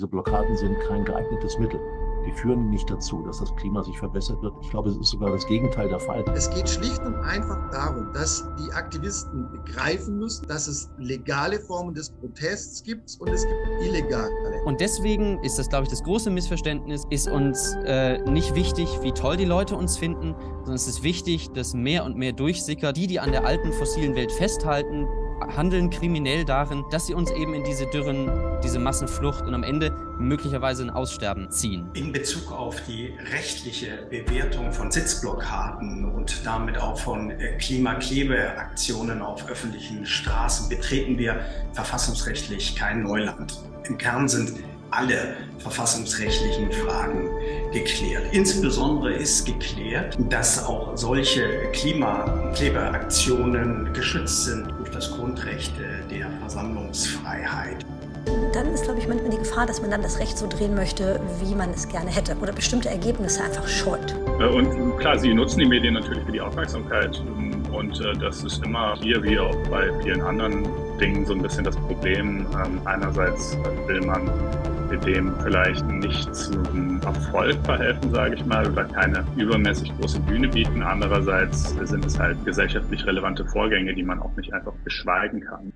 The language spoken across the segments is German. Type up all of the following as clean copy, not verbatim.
Diese Blockaden sind kein geeignetes Mittel. Die führen nicht dazu, dass das Klima sich verbessert wird. Ich glaube, es ist sogar das Gegenteil der Fall. Es geht schlicht und einfach darum, dass die Aktivisten begreifen müssen, dass es legale Formen des Protests gibt und es gibt illegale. Und deswegen ist das, glaube ich, das große Missverständnis, ist uns nicht wichtig, wie toll die Leute uns finden, sondern es ist wichtig, dass mehr und mehr durchsickert. Die an der alten fossilen Welt festhalten, handeln kriminell darin, dass sie uns eben in diese Dürren, diese Massenflucht und am Ende möglicherweise ein Aussterben ziehen. In Bezug auf die rechtliche Bewertung von Sitzblockaden und damit auch von Klimaklebeaktionen auf öffentlichen Straßen betreten wir verfassungsrechtlich kein Neuland. Im Kern sind alle verfassungsrechtlichen Fragen geklärt. Insbesondere ist geklärt, dass auch solche Klimaklebeaktionen geschützt sind durch das Grundrecht der Versammlungsfreiheit. Dann ist, glaube ich, manchmal die Gefahr, dass man dann das Recht so drehen möchte, wie man es gerne hätte oder bestimmte Ergebnisse einfach scheut. Und klar, sie nutzen die Medien natürlich für die Aufmerksamkeit und das ist immer hier wie auch bei vielen anderen Dingen so ein bisschen das Problem. Einerseits will man dem vielleicht nicht zum Erfolg verhelfen, sage ich mal, oder keine übermäßig große Bühne bieten. Andererseits sind es halt gesellschaftlich relevante Vorgänge, die man auch nicht einfach beschweigen kann.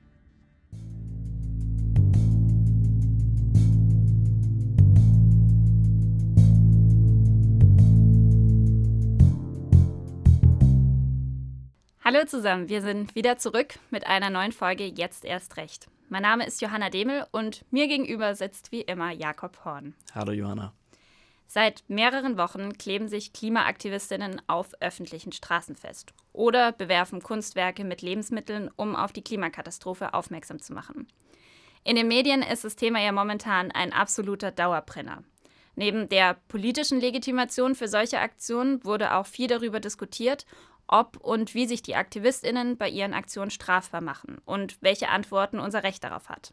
Hallo zusammen, wir sind wieder zurück mit einer neuen Folge Jetzt erst recht. Mein Name ist Johanna Demel und mir gegenüber sitzt wie immer Jakob Horn. Hallo Johanna. Seit mehreren Wochen kleben sich Klimaaktivistinnen auf öffentlichen Straßen fest oder bewerfen Kunstwerke mit Lebensmitteln, um auf die Klimakatastrophe aufmerksam zu machen. In den Medien ist das Thema ja momentan ein absoluter Dauerbrenner. Neben der politischen Legitimation für solche Aktionen wurde auch viel darüber diskutiert, ob und wie sich die AktivistInnen bei ihren Aktionen strafbar machen und welche Antworten unser Recht darauf hat.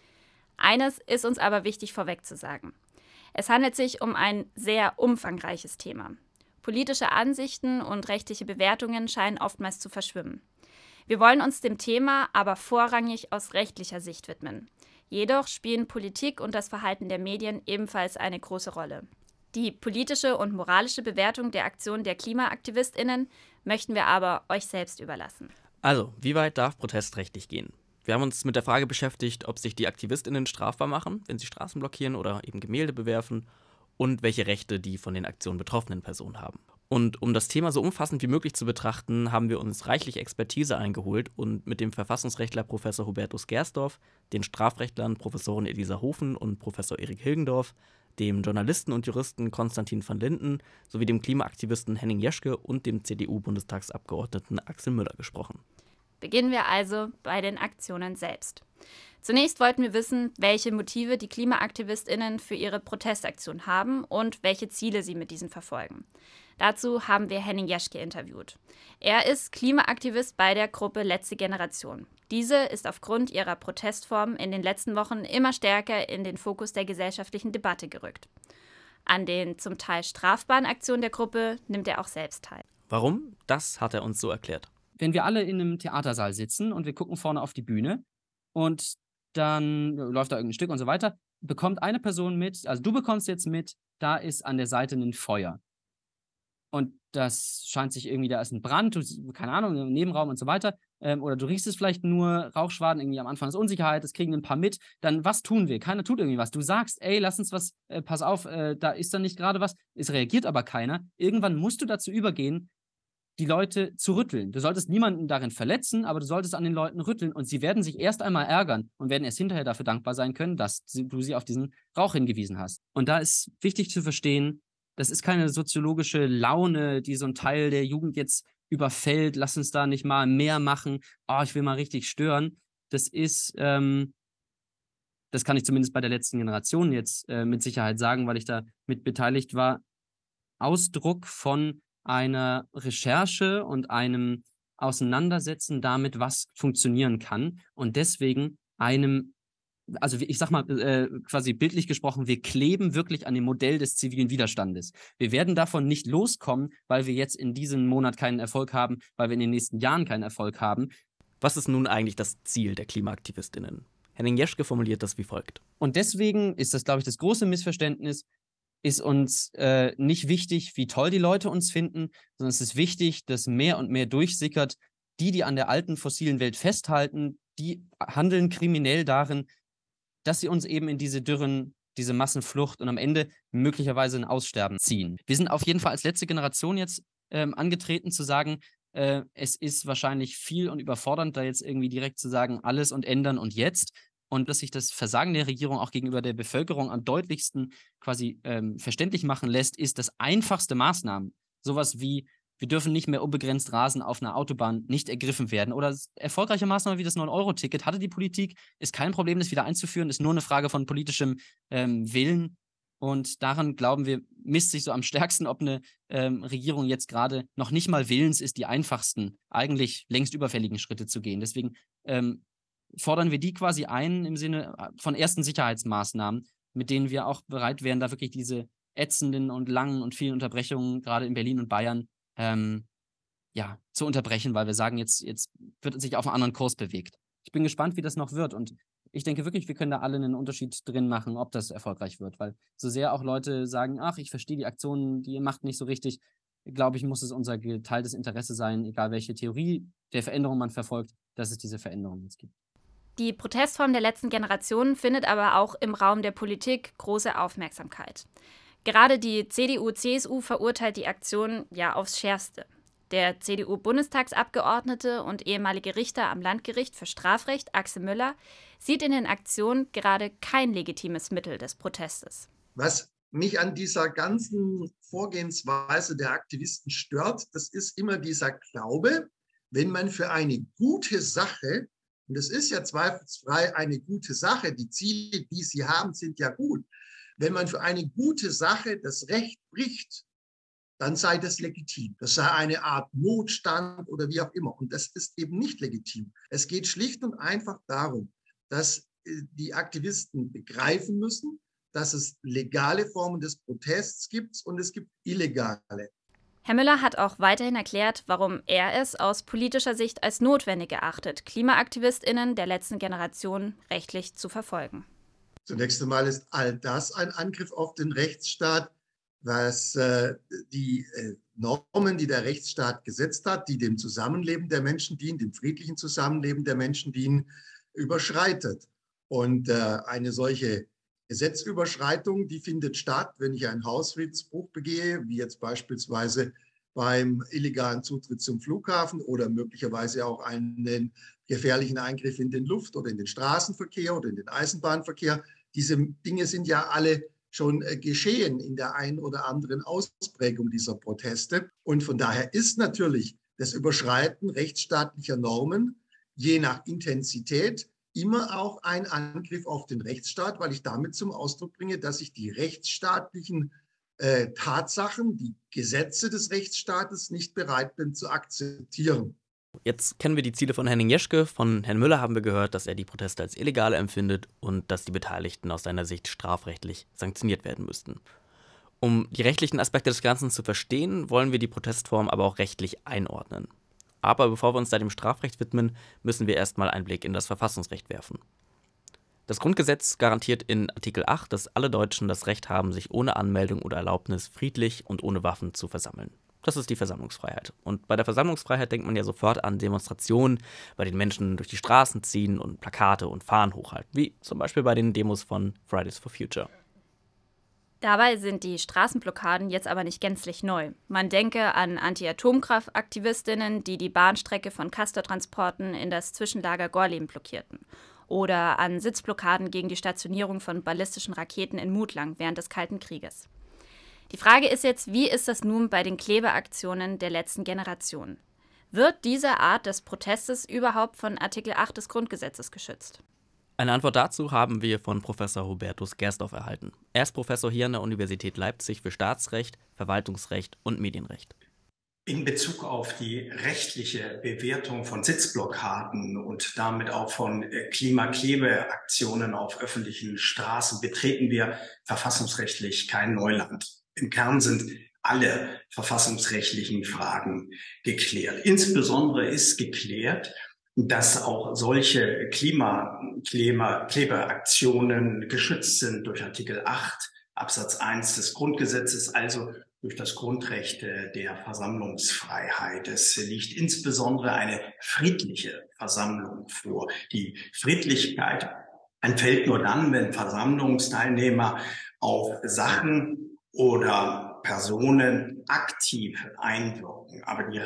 Eines ist uns aber wichtig vorweg zu sagen. Es handelt sich um ein sehr umfangreiches Thema. Politische Ansichten und rechtliche Bewertungen scheinen oftmals zu verschwimmen. Wir wollen uns dem Thema aber vorrangig aus rechtlicher Sicht widmen. Jedoch spielen Politik und das Verhalten der Medien ebenfalls eine große Rolle. Die politische und moralische Bewertung der Aktion der KlimaaktivistInnen möchten wir aber euch selbst überlassen. Also, wie weit darf Protest rechtlich gehen? Wir haben uns mit der Frage beschäftigt, ob sich die AktivistInnen strafbar machen, wenn sie Straßen blockieren oder eben Gemälde bewerfen und welche Rechte die von den Aktionen betroffenen Personen haben. Und um das Thema so umfassend wie möglich zu betrachten, haben wir uns reichlich Expertise eingeholt und mit dem Verfassungsrechtler Professor Hubertus Gersdorf, den Strafrechtlern Professorin Elisa Hofen und Professor Erik Hilgendorf, dem Journalisten und Juristen Konstantin van Linden sowie dem Klimaaktivisten Henning Jeschke und dem CDU-Bundestagsabgeordneten Axel Müller gesprochen. Beginnen wir also bei den Aktionen selbst. Zunächst wollten wir wissen, welche Motive die KlimaaktivistInnen für ihre Protestaktion haben und welche Ziele sie mit diesen verfolgen. Dazu haben wir Henning Jeschke interviewt. Er ist Klimaaktivist bei der Gruppe Letzte Generation. Diese ist aufgrund ihrer Protestform in den letzten Wochen immer stärker in den Fokus der gesellschaftlichen Debatte gerückt. An den zum Teil strafbaren Aktionen der Gruppe nimmt er auch selbst teil. Warum? Das hat er uns so erklärt. Wenn wir alle in einem Theatersaal sitzen und wir gucken vorne auf die Bühne und dann läuft da irgendein Stück und so weiter, bekommt eine Person mit, also du bekommst jetzt mit, da ist an der Seite ein Feuer. Und das scheint sich irgendwie, da ist ein Brand, keine Ahnung, im Nebenraum und so weiter. Oder du riechst es vielleicht nur, Rauchschwaden, irgendwie am Anfang ist Unsicherheit, das kriegen ein paar mit. Dann, was tun wir? Keiner tut irgendwie was. Du sagst, ey, lass uns was, pass auf, da ist dann nicht gerade was. Es reagiert aber keiner. Irgendwann musst du dazu übergehen, die Leute zu rütteln. Du solltest niemanden darin verletzen, aber du solltest an den Leuten rütteln und sie werden sich erst einmal ärgern und werden erst hinterher dafür dankbar sein können, dass du sie auf diesen Rauch hingewiesen hast. Und da ist wichtig zu verstehen, das ist keine soziologische Laune, die so ein Teil der Jugend jetzt überfällt. Lass uns da nicht mal mehr machen. Oh, ich will mal richtig stören. Das ist, das kann ich zumindest bei der letzten Generation jetzt mit Sicherheit sagen, weil ich da mit beteiligt war, Ausdruck von einer Recherche und einem Auseinandersetzen damit, was funktionieren kann und deswegen einem, also ich sag mal quasi bildlich gesprochen, wir kleben wirklich an dem Modell des zivilen Widerstandes. Wir werden davon nicht loskommen, weil wir jetzt in diesem Monat keinen Erfolg haben, weil wir in den nächsten Jahren keinen Erfolg haben. Was ist nun eigentlich das Ziel der KlimaaktivistInnen? Henning Jeschke formuliert das wie folgt. Und deswegen ist das, glaube ich, das große Missverständnis, ist uns nicht wichtig, wie toll die Leute uns finden, sondern es ist wichtig, dass mehr und mehr durchsickert, die an der alten fossilen Welt festhalten, die handeln kriminell darin, dass sie uns eben in diese Dürren, diese Massenflucht und am Ende möglicherweise ein Aussterben ziehen. Wir sind auf jeden Fall als letzte Generation jetzt angetreten zu sagen, es ist wahrscheinlich viel und überfordernd, da jetzt irgendwie direkt zu sagen, alles und ändern und jetzt. Und dass sich das Versagen der Regierung auch gegenüber der Bevölkerung am deutlichsten quasi verständlich machen lässt, ist, dass einfachste Maßnahmen, sowas wie, wir dürfen nicht mehr unbegrenzt rasen auf einer Autobahn, nicht ergriffen werden. Oder erfolgreiche Maßnahmen wie das 9-Euro-Ticket hatte die Politik, ist kein Problem, das wieder einzuführen, ist nur eine Frage von politischem Willen. Und daran, glauben wir, misst sich so am stärksten, ob eine Regierung jetzt gerade noch nicht mal willens ist, die einfachsten, eigentlich längst überfälligen Schritte zu gehen. Deswegen fordern wir die quasi ein im Sinne von ersten Sicherheitsmaßnahmen, mit denen wir auch bereit wären, da wirklich diese ätzenden und langen und vielen Unterbrechungen, gerade in Berlin und Bayern, zu unterbrechen, weil wir sagen, jetzt wird es sich auf einen anderen Kurs bewegt. Ich bin gespannt, wie das noch wird und ich denke wirklich, wir können da alle einen Unterschied drin machen, ob das erfolgreich wird, weil so sehr auch Leute sagen, ach, ich verstehe die Aktionen, die ihr macht, nicht so richtig, glaube ich, muss es unser geteiltes Interesse sein, egal welche Theorie der Veränderung man verfolgt, dass es diese Veränderung jetzt gibt. Die Protestform der letzten Generation findet aber auch im Raum der Politik große Aufmerksamkeit. Gerade die CDU/CSU verurteilt die Aktion ja aufs Schärfste. Der CDU-Bundestagsabgeordnete und ehemalige Richter am Landgericht für Strafrecht, Axel Müller, sieht in den Aktionen gerade kein legitimes Mittel des Protestes. Was mich an dieser ganzen Vorgehensweise der Aktivisten stört, das ist immer dieser Glaube, wenn man für eine gute Sache, und es ist ja zweifelsfrei eine gute Sache, die Ziele, die sie haben, sind ja gut, wenn man für eine gute Sache das Recht bricht, dann sei das legitim. Das sei eine Art Notstand oder wie auch immer. Und das ist eben nicht legitim. Es geht schlicht und einfach darum, dass die Aktivisten begreifen müssen, dass es legale Formen des Protests gibt und es gibt illegale. Herr Müller hat auch weiterhin erklärt, warum er es aus politischer Sicht als notwendig erachtet, KlimaaktivistInnen der letzten Generation rechtlich zu verfolgen. Zunächst einmal ist all das ein Angriff auf den Rechtsstaat, was die Normen, die der Rechtsstaat gesetzt hat, die dem Zusammenleben der Menschen dienen, dem friedlichen Zusammenleben der Menschen dienen, überschreitet. Und eine solche Gesetzüberschreitung, die findet statt, wenn ich einen Hausfriedensbruch begehe, wie jetzt beispielsweise beim illegalen Zutritt zum Flughafen oder möglicherweise auch einen gefährlichen Eingriff in den Luft- oder in den Straßenverkehr oder in den Eisenbahnverkehr. Diese Dinge sind ja alle schon geschehen in der einen oder anderen Ausprägung dieser Proteste. Und von daher ist natürlich das Überschreiten rechtsstaatlicher Normen je nach Intensität immer auch ein Angriff auf den Rechtsstaat, weil ich damit zum Ausdruck bringe, dass ich die rechtsstaatlichen Tatsachen, die Gesetze des Rechtsstaates nicht bereit bin zu akzeptieren. Jetzt kennen wir die Ziele von Henning Jeschke. Von Herrn Müller haben wir gehört, dass er die Proteste als illegal empfindet und dass die Beteiligten aus seiner Sicht strafrechtlich sanktioniert werden müssten. Um die rechtlichen Aspekte des Ganzen zu verstehen, wollen wir die Protestform aber auch rechtlich einordnen. Aber bevor wir uns da dem Strafrecht widmen, müssen wir erstmal einen Blick in das Verfassungsrecht werfen. Das Grundgesetz garantiert in Artikel 8, dass alle Deutschen das Recht haben, sich ohne Anmeldung oder Erlaubnis friedlich und ohne Waffen zu versammeln. Das ist die Versammlungsfreiheit. Und bei der Versammlungsfreiheit denkt man ja sofort an Demonstrationen, bei denen Menschen durch die Straßen ziehen und Plakate und Fahnen hochhalten, wie zum Beispiel bei den Demos von Fridays for Future. Dabei sind die Straßenblockaden jetzt aber nicht gänzlich neu. Man denke an Anti-Atomkraft-Aktivistinnen, die die Bahnstrecke von Castortransporten in das Zwischenlager Gorleben blockierten. Oder an Sitzblockaden gegen die Stationierung von ballistischen Raketen in Mutlang während des Kalten Krieges. Die Frage ist jetzt, wie ist das nun bei den Klebeaktionen der letzten Generation? Wird diese Art des Protestes überhaupt von Artikel 8 des Grundgesetzes geschützt? Eine Antwort dazu haben wir von Professor Hubertus Gersdorf erhalten. Er ist Professor hier an der Universität Leipzig für Staatsrecht, Verwaltungsrecht und Medienrecht. In Bezug auf die rechtliche Bewertung von Sitzblockaden und damit auch von Klimaklebeaktionen auf öffentlichen Straßen betreten wir verfassungsrechtlich kein Neuland. Im Kern sind alle verfassungsrechtlichen Fragen geklärt. Insbesondere ist geklärt, dass auch solche Klimaklebeaktionen geschützt sind durch Artikel 8 Absatz 1 des Grundgesetzes, also durch das Grundrecht der Versammlungsfreiheit. Es liegt insbesondere eine friedliche Versammlung vor. Die Friedlichkeit entfällt nur dann, wenn Versammlungsteilnehmer auf Sachen oder Personen aktiv einwirken. Aber das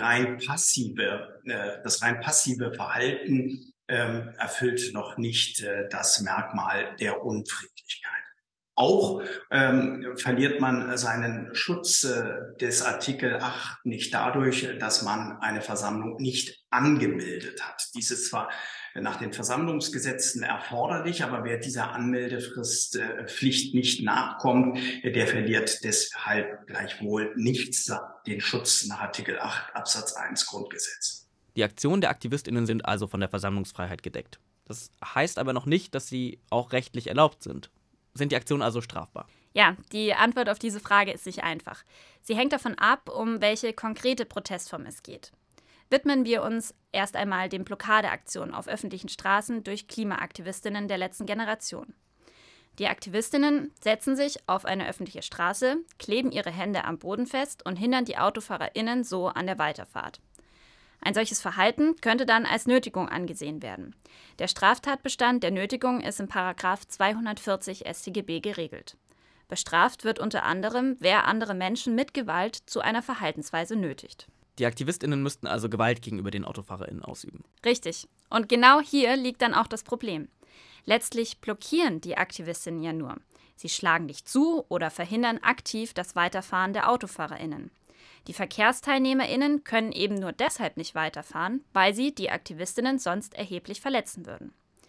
rein passive Verhalten erfüllt noch nicht das Merkmal der Unfriedlichkeit. Auch verliert man seinen Schutz des Artikel 8 nicht dadurch, dass man eine Versammlung nicht angemeldet hat. Dies ist zwar nach den Versammlungsgesetzen erforderlich, aber wer dieser Anmeldefrist Pflicht nicht nachkommt, der verliert deshalb gleichwohl nicht den Schutz nach Artikel 8 Absatz 1 Grundgesetz. Die Aktionen der AktivistInnen sind also von der Versammlungsfreiheit gedeckt. Das heißt aber noch nicht, dass sie auch rechtlich erlaubt sind. Sind die Aktionen also strafbar? Ja, die Antwort auf diese Frage ist nicht einfach. Sie hängt davon ab, um welche konkrete Protestform es geht. Widmen wir uns erst einmal den Blockadeaktionen auf öffentlichen Straßen durch Klimaaktivistinnen der letzten Generation. Die Aktivistinnen setzen sich auf eine öffentliche Straße, kleben ihre Hände am Boden fest und hindern die AutofahrerInnen so an der Weiterfahrt. Ein solches Verhalten könnte dann als Nötigung angesehen werden. Der Straftatbestand der Nötigung ist in § 240 StGB geregelt. Bestraft wird unter anderem, wer andere Menschen mit Gewalt zu einer Verhaltensweise nötigt. Die AktivistInnen müssten also Gewalt gegenüber den AutofahrerInnen ausüben. Richtig. Und genau hier liegt dann auch das Problem. Letztlich blockieren die Aktivistinnen ja nur. Sie schlagen nicht zu oder verhindern aktiv das Weiterfahren der AutofahrerInnen. Die VerkehrsteilnehmerInnen können eben nur deshalb nicht weiterfahren, weil sie die Aktivistinnen sonst erheblich verletzen würden.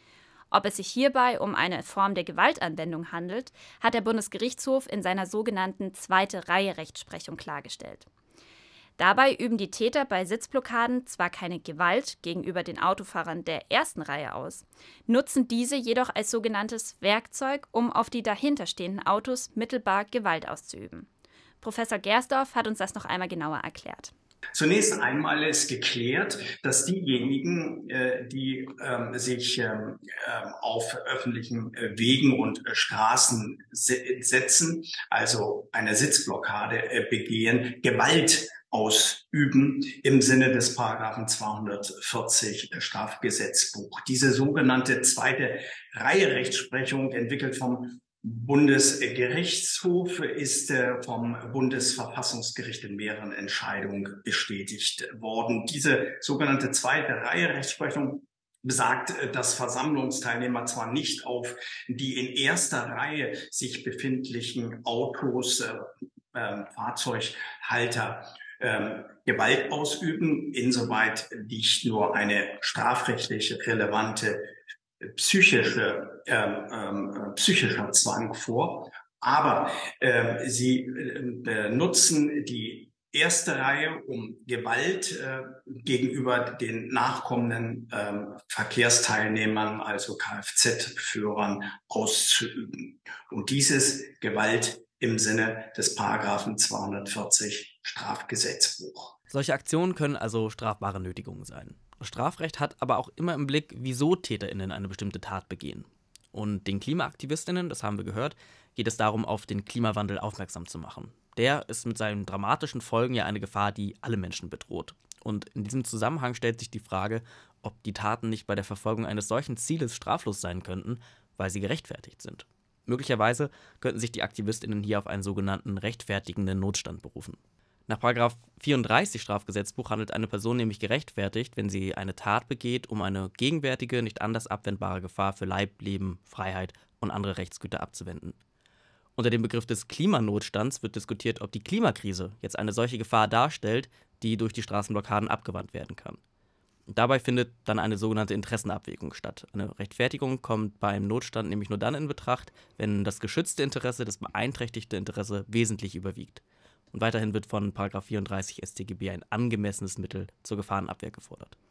Ob es sich hierbei um eine Form der Gewaltanwendung handelt, hat der Bundesgerichtshof in seiner sogenannten Zweite-Reihe-Rechtsprechung klargestellt. Dabei üben die Täter bei Sitzblockaden zwar keine Gewalt gegenüber den Autofahrern der ersten Reihe aus, nutzen diese jedoch als sogenanntes Werkzeug, um auf die dahinterstehenden Autos mittelbar Gewalt auszuüben. Professor Gersdorf hat uns das noch einmal genauer erklärt. Zunächst einmal ist geklärt, dass diejenigen, die sich auf öffentlichen Wegen und Straßen setzen, also eine Sitzblockade begehen, Gewalt ausüben im Sinne des § 240 Strafgesetzbuch. Diese sogenannte zweite Reihe Rechtsprechung, entwickelt vom Bundesgerichtshof, ist vom Bundesverfassungsgericht in mehreren Entscheidungen bestätigt worden. Diese sogenannte zweite Reihe Rechtsprechung besagt, dass Versammlungsteilnehmer zwar nicht auf die in erster Reihe sich befindlichen Autos, Fahrzeughalter Gewalt ausüben, insoweit liegt nur eine strafrechtlich relevante psychischer Zwang vor, aber sie benutzen die erste Reihe, um Gewalt gegenüber den nachkommenden Verkehrsteilnehmern, also Kfz-Führern, auszuüben. Und dieses Gewalt im Sinne des § 240 Strafgesetzbuch. Solche Aktionen können also strafbare Nötigungen sein. Das Strafrecht hat aber auch immer im Blick, wieso TäterInnen eine bestimmte Tat begehen. Und den KlimaaktivistInnen, das haben wir gehört, geht es darum, auf den Klimawandel aufmerksam zu machen. Der ist mit seinen dramatischen Folgen ja eine Gefahr, die alle Menschen bedroht. Und in diesem Zusammenhang stellt sich die Frage, ob die Taten nicht bei der Verfolgung eines solchen Zieles straflos sein könnten, weil sie gerechtfertigt sind. Möglicherweise könnten sich die AktivistInnen hier auf einen sogenannten rechtfertigenden Notstand berufen. Nach § 34 Strafgesetzbuch handelt eine Person nämlich gerechtfertigt, wenn sie eine Tat begeht, um eine gegenwärtige, nicht anders abwendbare Gefahr für Leib, Leben, Freiheit und andere Rechtsgüter abzuwenden. Unter dem Begriff des Klimanotstands wird diskutiert, ob die Klimakrise jetzt eine solche Gefahr darstellt, die durch die Straßenblockaden abgewandt werden kann. Dabei findet dann eine sogenannte Interessenabwägung statt. Eine Rechtfertigung kommt beim Notstand nämlich nur dann in Betracht, wenn das geschützte Interesse, das beeinträchtigte Interesse wesentlich überwiegt. Und weiterhin wird von § 34 StGB ein angemessenes Mittel zur Gefahrenabwehr gefordert.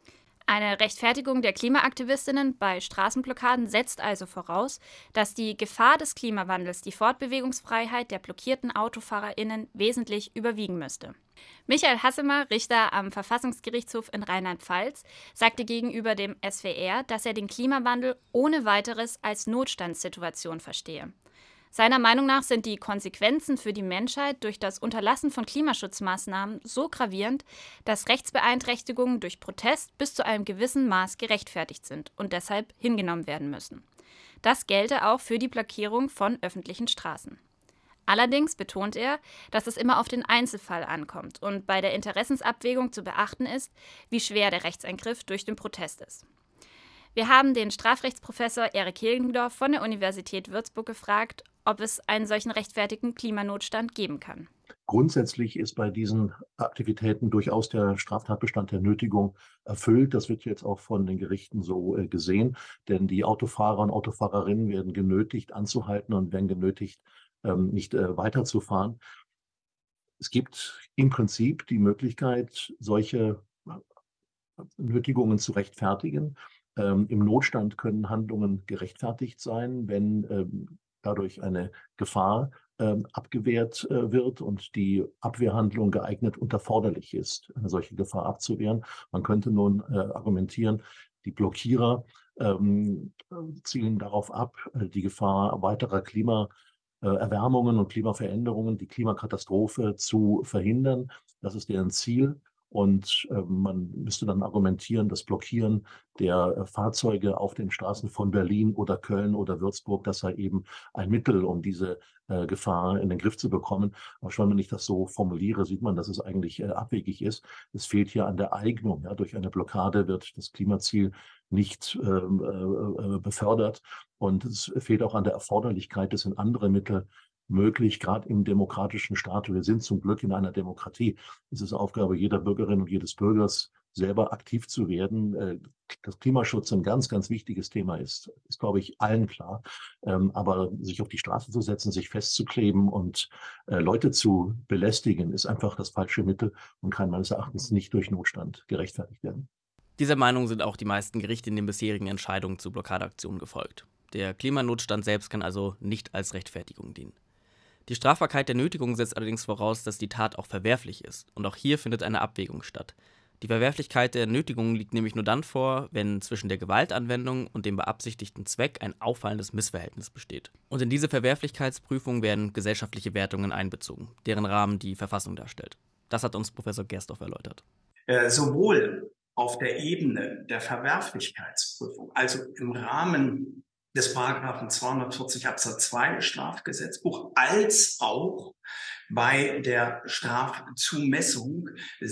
Eine Rechtfertigung der Klimaaktivistinnen bei Straßenblockaden setzt also voraus, dass die Gefahr des Klimawandels die Fortbewegungsfreiheit der blockierten AutofahrerInnen wesentlich überwiegen müsste. Michael Hassemer, Richter am Verfassungsgerichtshof in Rheinland-Pfalz, sagte gegenüber dem SWR, dass er den Klimawandel ohne weiteres als Notstandssituation verstehe. Seiner Meinung nach sind die Konsequenzen für die Menschheit durch das Unterlassen von Klimaschutzmaßnahmen so gravierend, dass Rechtsbeeinträchtigungen durch Protest bis zu einem gewissen Maß gerechtfertigt sind und deshalb hingenommen werden müssen. Das gelte auch für die Blockierung von öffentlichen Straßen. Allerdings betont er, dass es immer auf den Einzelfall ankommt und bei der Interessensabwägung zu beachten ist, wie schwer der Rechtseingriff durch den Protest ist. Wir haben den Strafrechtsprofessor Erik Hilgendorf von der Universität Würzburg gefragt, ob es einen solchen rechtfertigten Klimanotstand geben kann. Grundsätzlich ist bei diesen Aktivitäten durchaus der Straftatbestand der Nötigung erfüllt. Das wird jetzt auch von den Gerichten so gesehen, denn die Autofahrer und Autofahrerinnen werden genötigt anzuhalten und werden genötigt, nicht weiterzufahren. Es gibt im Prinzip die Möglichkeit, solche Nötigungen zu rechtfertigen. Im Notstand können Handlungen gerechtfertigt sein, wenn dadurch eine Gefahr abgewehrt wird und die Abwehrhandlung geeignet und erforderlich ist, eine solche Gefahr abzuwehren. Man könnte nun argumentieren, die Blockierer zielen darauf ab, die Gefahr weiterer Klimaerwärmungen und Klimaveränderungen, die Klimakatastrophe zu verhindern. Das ist deren Ziel. Und man müsste dann argumentieren, das Blockieren der Fahrzeuge auf den Straßen von Berlin oder Köln oder Würzburg, das sei eben ein Mittel, um diese Gefahr in den Griff zu bekommen. Aber schon wenn ich das so formuliere, sieht man, dass es eigentlich abwegig ist. Es fehlt hier an der Eignung. Ja, durch eine Blockade wird das Klimaziel nicht befördert. Und es fehlt auch an der Erforderlichkeit, es in andere Mittel möglich, gerade im demokratischen Staat. Wir sind zum Glück in einer Demokratie. Es ist Aufgabe jeder Bürgerin und jedes Bürgers, selber aktiv zu werden. Dass Klimaschutz ein ganz, ganz wichtiges Thema ist, glaube ich, allen klar. Aber sich auf die Straße zu setzen, sich festzukleben und Leute zu belästigen, ist einfach das falsche Mittel und kann meines Erachtens nicht durch Notstand gerechtfertigt werden. Dieser Meinung sind auch die meisten Gerichte in den bisherigen Entscheidungen zu Blockadeaktionen gefolgt. Der Klimanotstand selbst kann also nicht als Rechtfertigung dienen. Die Strafbarkeit der Nötigung setzt allerdings voraus, dass die Tat auch verwerflich ist. Und auch hier findet eine Abwägung statt. Die Verwerflichkeit der Nötigung liegt nämlich nur dann vor, wenn zwischen der Gewaltanwendung und dem beabsichtigten Zweck ein auffallendes Missverhältnis besteht. Und in diese Verwerflichkeitsprüfung werden gesellschaftliche Wertungen einbezogen, deren Rahmen die Verfassung darstellt. Das hat uns Professor Gersdorf erläutert. Sowohl auf der Ebene der Verwerflichkeitsprüfung, also im Rahmen des Paragraphen 240 Absatz 2 Strafgesetzbuch, als auch bei der Strafzumessung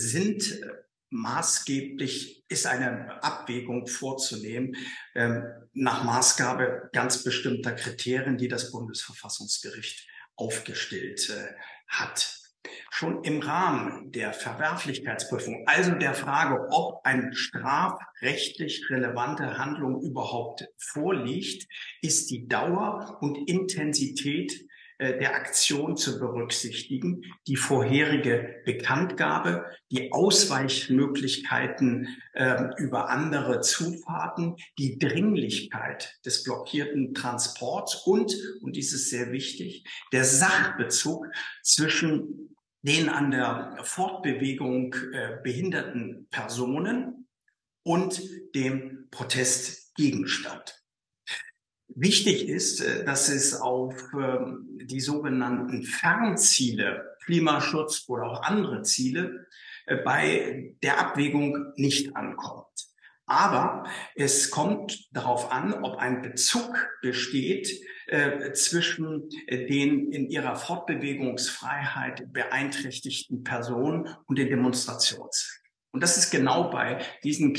ist eine Abwägung vorzunehmen nach Maßgabe ganz bestimmter Kriterien, die das Bundesverfassungsgericht aufgestellt hat. Schon im Rahmen der Verwerflichkeitsprüfung, also der Frage, ob eine strafrechtlich relevante Handlung überhaupt vorliegt, ist die Dauer und Intensität der Aktion zu berücksichtigen, die vorherige Bekanntgabe, die Ausweichmöglichkeiten über andere Zufahrten, die Dringlichkeit des blockierten Transports und dies ist sehr wichtig, der Sachbezug zwischen den an der Fortbewegung behinderten Personen und dem Protestgegenstand. Wichtig ist, dass es auf die sogenannten Fernziele, Klimaschutz oder auch andere Ziele, bei der Abwägung nicht ankommt. Aber es kommt darauf an, ob ein Bezug besteht zwischen den in ihrer Fortbewegungsfreiheit beeinträchtigten Personen und den Demonstrationszwecken. Und das ist genau bei diesen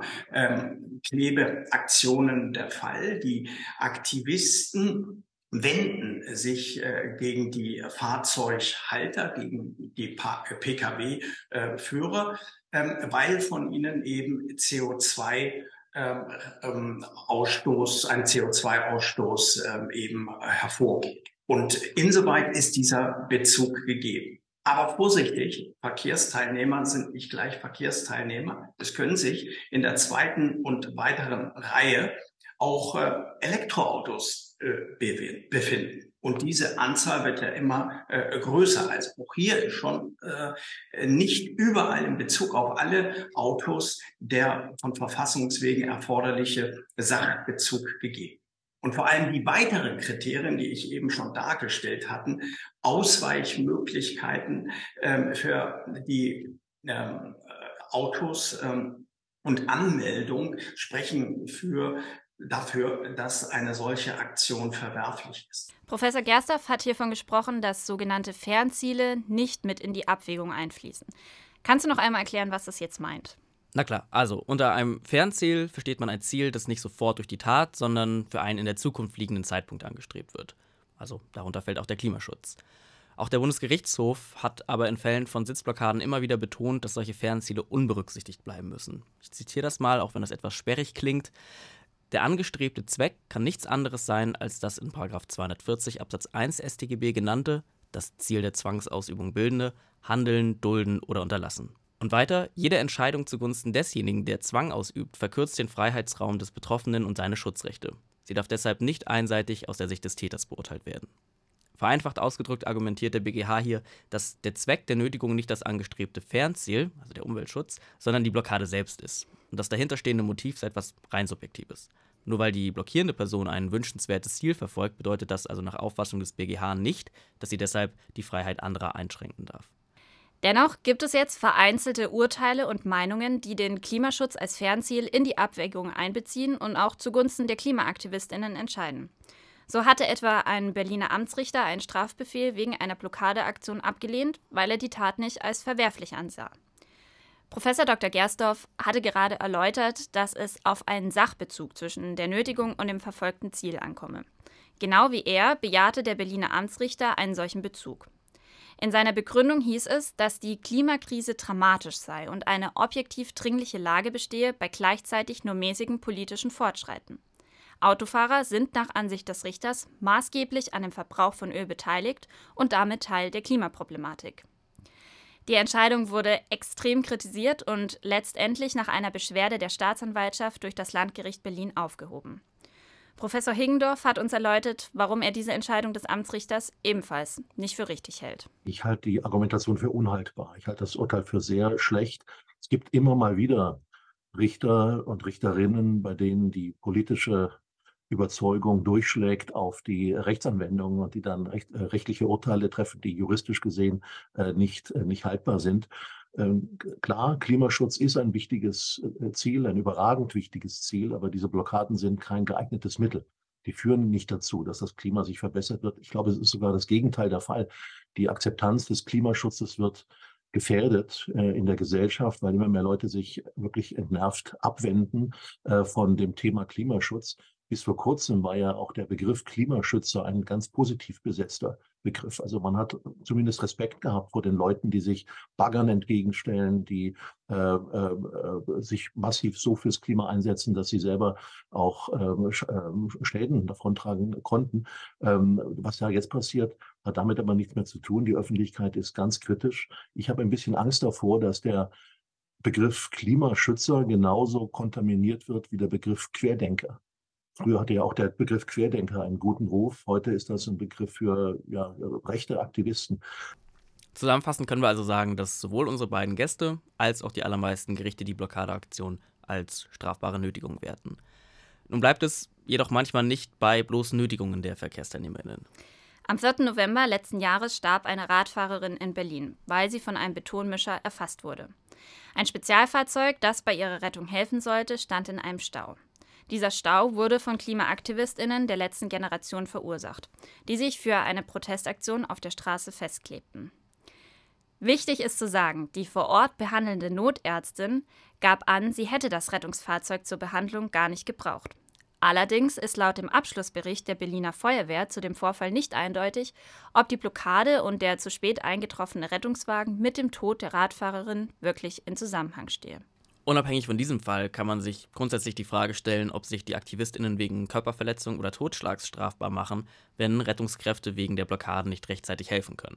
Klimaklebeaktionen der Fall. Die Aktivisten wenden sich gegen die Fahrzeughalter, gegen die Pkw-Führer, weil von ihnen eben ein CO2-Ausstoß eben hervorgeht. Und insoweit ist dieser Bezug gegeben. Aber vorsichtig, Verkehrsteilnehmer sind nicht gleich Verkehrsteilnehmer. Es können sich in der zweiten und weiteren Reihe auch Elektroautos befinden. Und diese Anzahl wird ja immer größer. Also auch hier ist schon nicht überall in Bezug auf alle Autos der von Verfassungswegen erforderliche Sachbezug gegeben. Und vor allem die weiteren Kriterien, die ich eben schon dargestellt hatte, Ausweichmöglichkeiten für die Autos und Anmeldung sprechen dafür, dass eine solche Aktion verwerflich ist. Professor Gersdorf hat hiervon gesprochen, dass sogenannte Fernziele nicht mit in die Abwägung einfließen. Kannst du noch einmal erklären, was das jetzt meint? Na klar, also unter einem Fernziel versteht man ein Ziel, das nicht sofort durch die Tat, sondern für einen in der Zukunft liegenden Zeitpunkt angestrebt wird. Also darunter fällt auch der Klimaschutz. Auch der Bundesgerichtshof hat aber in Fällen von Sitzblockaden immer wieder betont, dass solche Fernziele unberücksichtigt bleiben müssen. Ich zitiere das mal, auch wenn das etwas sperrig klingt. Der angestrebte Zweck kann nichts anderes sein, als das in § 240 Absatz 1 StGB genannte, das Ziel der Zwangsausübung bildende, Handeln, Dulden oder Unterlassen. Und weiter, jede Entscheidung zugunsten desjenigen, der Zwang ausübt, verkürzt den Freiheitsraum des Betroffenen und seine Schutzrechte. Sie darf deshalb nicht einseitig aus der Sicht des Täters beurteilt werden. Vereinfacht ausgedrückt argumentiert der BGH hier, dass der Zweck der Nötigung nicht das angestrebte Fernziel, also der Umweltschutz, sondern die Blockade selbst ist. Und das dahinterstehende Motiv sei etwas rein Subjektives. Nur weil die blockierende Person ein wünschenswertes Ziel verfolgt, bedeutet das also nach Auffassung des BGH nicht, dass sie deshalb die Freiheit anderer einschränken darf. Dennoch gibt es jetzt vereinzelte Urteile und Meinungen, die den Klimaschutz als Fernziel in die Abwägung einbeziehen und auch zugunsten der KlimaaktivistInnen entscheiden. So hatte etwa ein Berliner Amtsrichter einen Strafbefehl wegen einer Blockadeaktion abgelehnt, weil er die Tat nicht als verwerflich ansah. Professor Dr. Gersdorf hatte gerade erläutert, dass es auf einen Sachbezug zwischen der Nötigung und dem verfolgten Ziel ankomme. Genau wie er bejahte der Berliner Amtsrichter einen solchen Bezug. In seiner Begründung hieß es, dass die Klimakrise dramatisch sei und eine objektiv dringliche Lage bestehe bei gleichzeitig nur mäßigem politischen Fortschreiten. Autofahrer sind nach Ansicht des Richters maßgeblich an dem Verbrauch von Öl beteiligt und damit Teil der Klimaproblematik. Die Entscheidung wurde extrem kritisiert und letztendlich nach einer Beschwerde der Staatsanwaltschaft durch das Landgericht Berlin aufgehoben. Professor Higgendorf hat uns erläutert, warum er diese Entscheidung des Amtsrichters ebenfalls nicht für richtig hält. Ich halte die Argumentation für unhaltbar. Ich halte das Urteil für sehr schlecht. Es gibt immer mal wieder Richter und Richterinnen, bei denen die politische Überzeugung durchschlägt auf die Rechtsanwendung und die dann rechtliche Urteile treffen, die juristisch gesehen nicht haltbar sind. Klar, Klimaschutz ist ein wichtiges Ziel, ein überragend wichtiges Ziel, aber diese Blockaden sind kein geeignetes Mittel. Die führen nicht dazu, dass das Klima sich verbessert wird. Ich glaube, es ist sogar das Gegenteil der Fall. Die Akzeptanz des Klimaschutzes wird gefährdet in der Gesellschaft, weil immer mehr Leute sich wirklich entnervt abwenden von dem Thema Klimaschutz. Bis vor kurzem war ja auch der Begriff Klimaschützer ein ganz positiv besetzter Begriff. Also man hat zumindest Respekt gehabt vor den Leuten, die sich Baggern entgegenstellen, die sich massiv so fürs Klima einsetzen, dass sie selber auch Schäden davontragen konnten. Was ja jetzt passiert, hat damit aber nichts mehr zu tun. Die Öffentlichkeit ist ganz kritisch. Ich habe ein bisschen Angst davor, dass der Begriff Klimaschützer genauso kontaminiert wird wie der Begriff Querdenker. Früher hatte ja auch der Begriff Querdenker einen guten Ruf. Heute ist das ein Begriff für rechte Aktivisten. Zusammenfassend können wir also sagen, dass sowohl unsere beiden Gäste als auch die allermeisten Gerichte die Blockadeaktion als strafbare Nötigung werten. Nun bleibt es jedoch manchmal nicht bei bloßen Nötigungen der VerkehrsteilnehmerInnen. Am 4. November letzten Jahres starb eine Radfahrerin in Berlin, weil sie von einem Betonmischer erfasst wurde. Ein Spezialfahrzeug, das bei ihrer Rettung helfen sollte, stand in einem Stau. Dieser Stau wurde von KlimaaktivistInnen der letzten Generation verursacht, die sich für eine Protestaktion auf der Straße festklebten. Wichtig ist zu sagen, die vor Ort behandelnde Notärztin gab an, sie hätte das Rettungsfahrzeug zur Behandlung gar nicht gebraucht. Allerdings ist laut dem Abschlussbericht der Berliner Feuerwehr zu dem Vorfall nicht eindeutig, ob die Blockade und der zu spät eingetroffene Rettungswagen mit dem Tod der Radfahrerin wirklich in Zusammenhang stehen. Unabhängig von diesem Fall kann man sich grundsätzlich die Frage stellen, ob sich die AktivistInnen wegen Körperverletzung oder Totschlags strafbar machen, wenn Rettungskräfte wegen der Blockaden nicht rechtzeitig helfen können.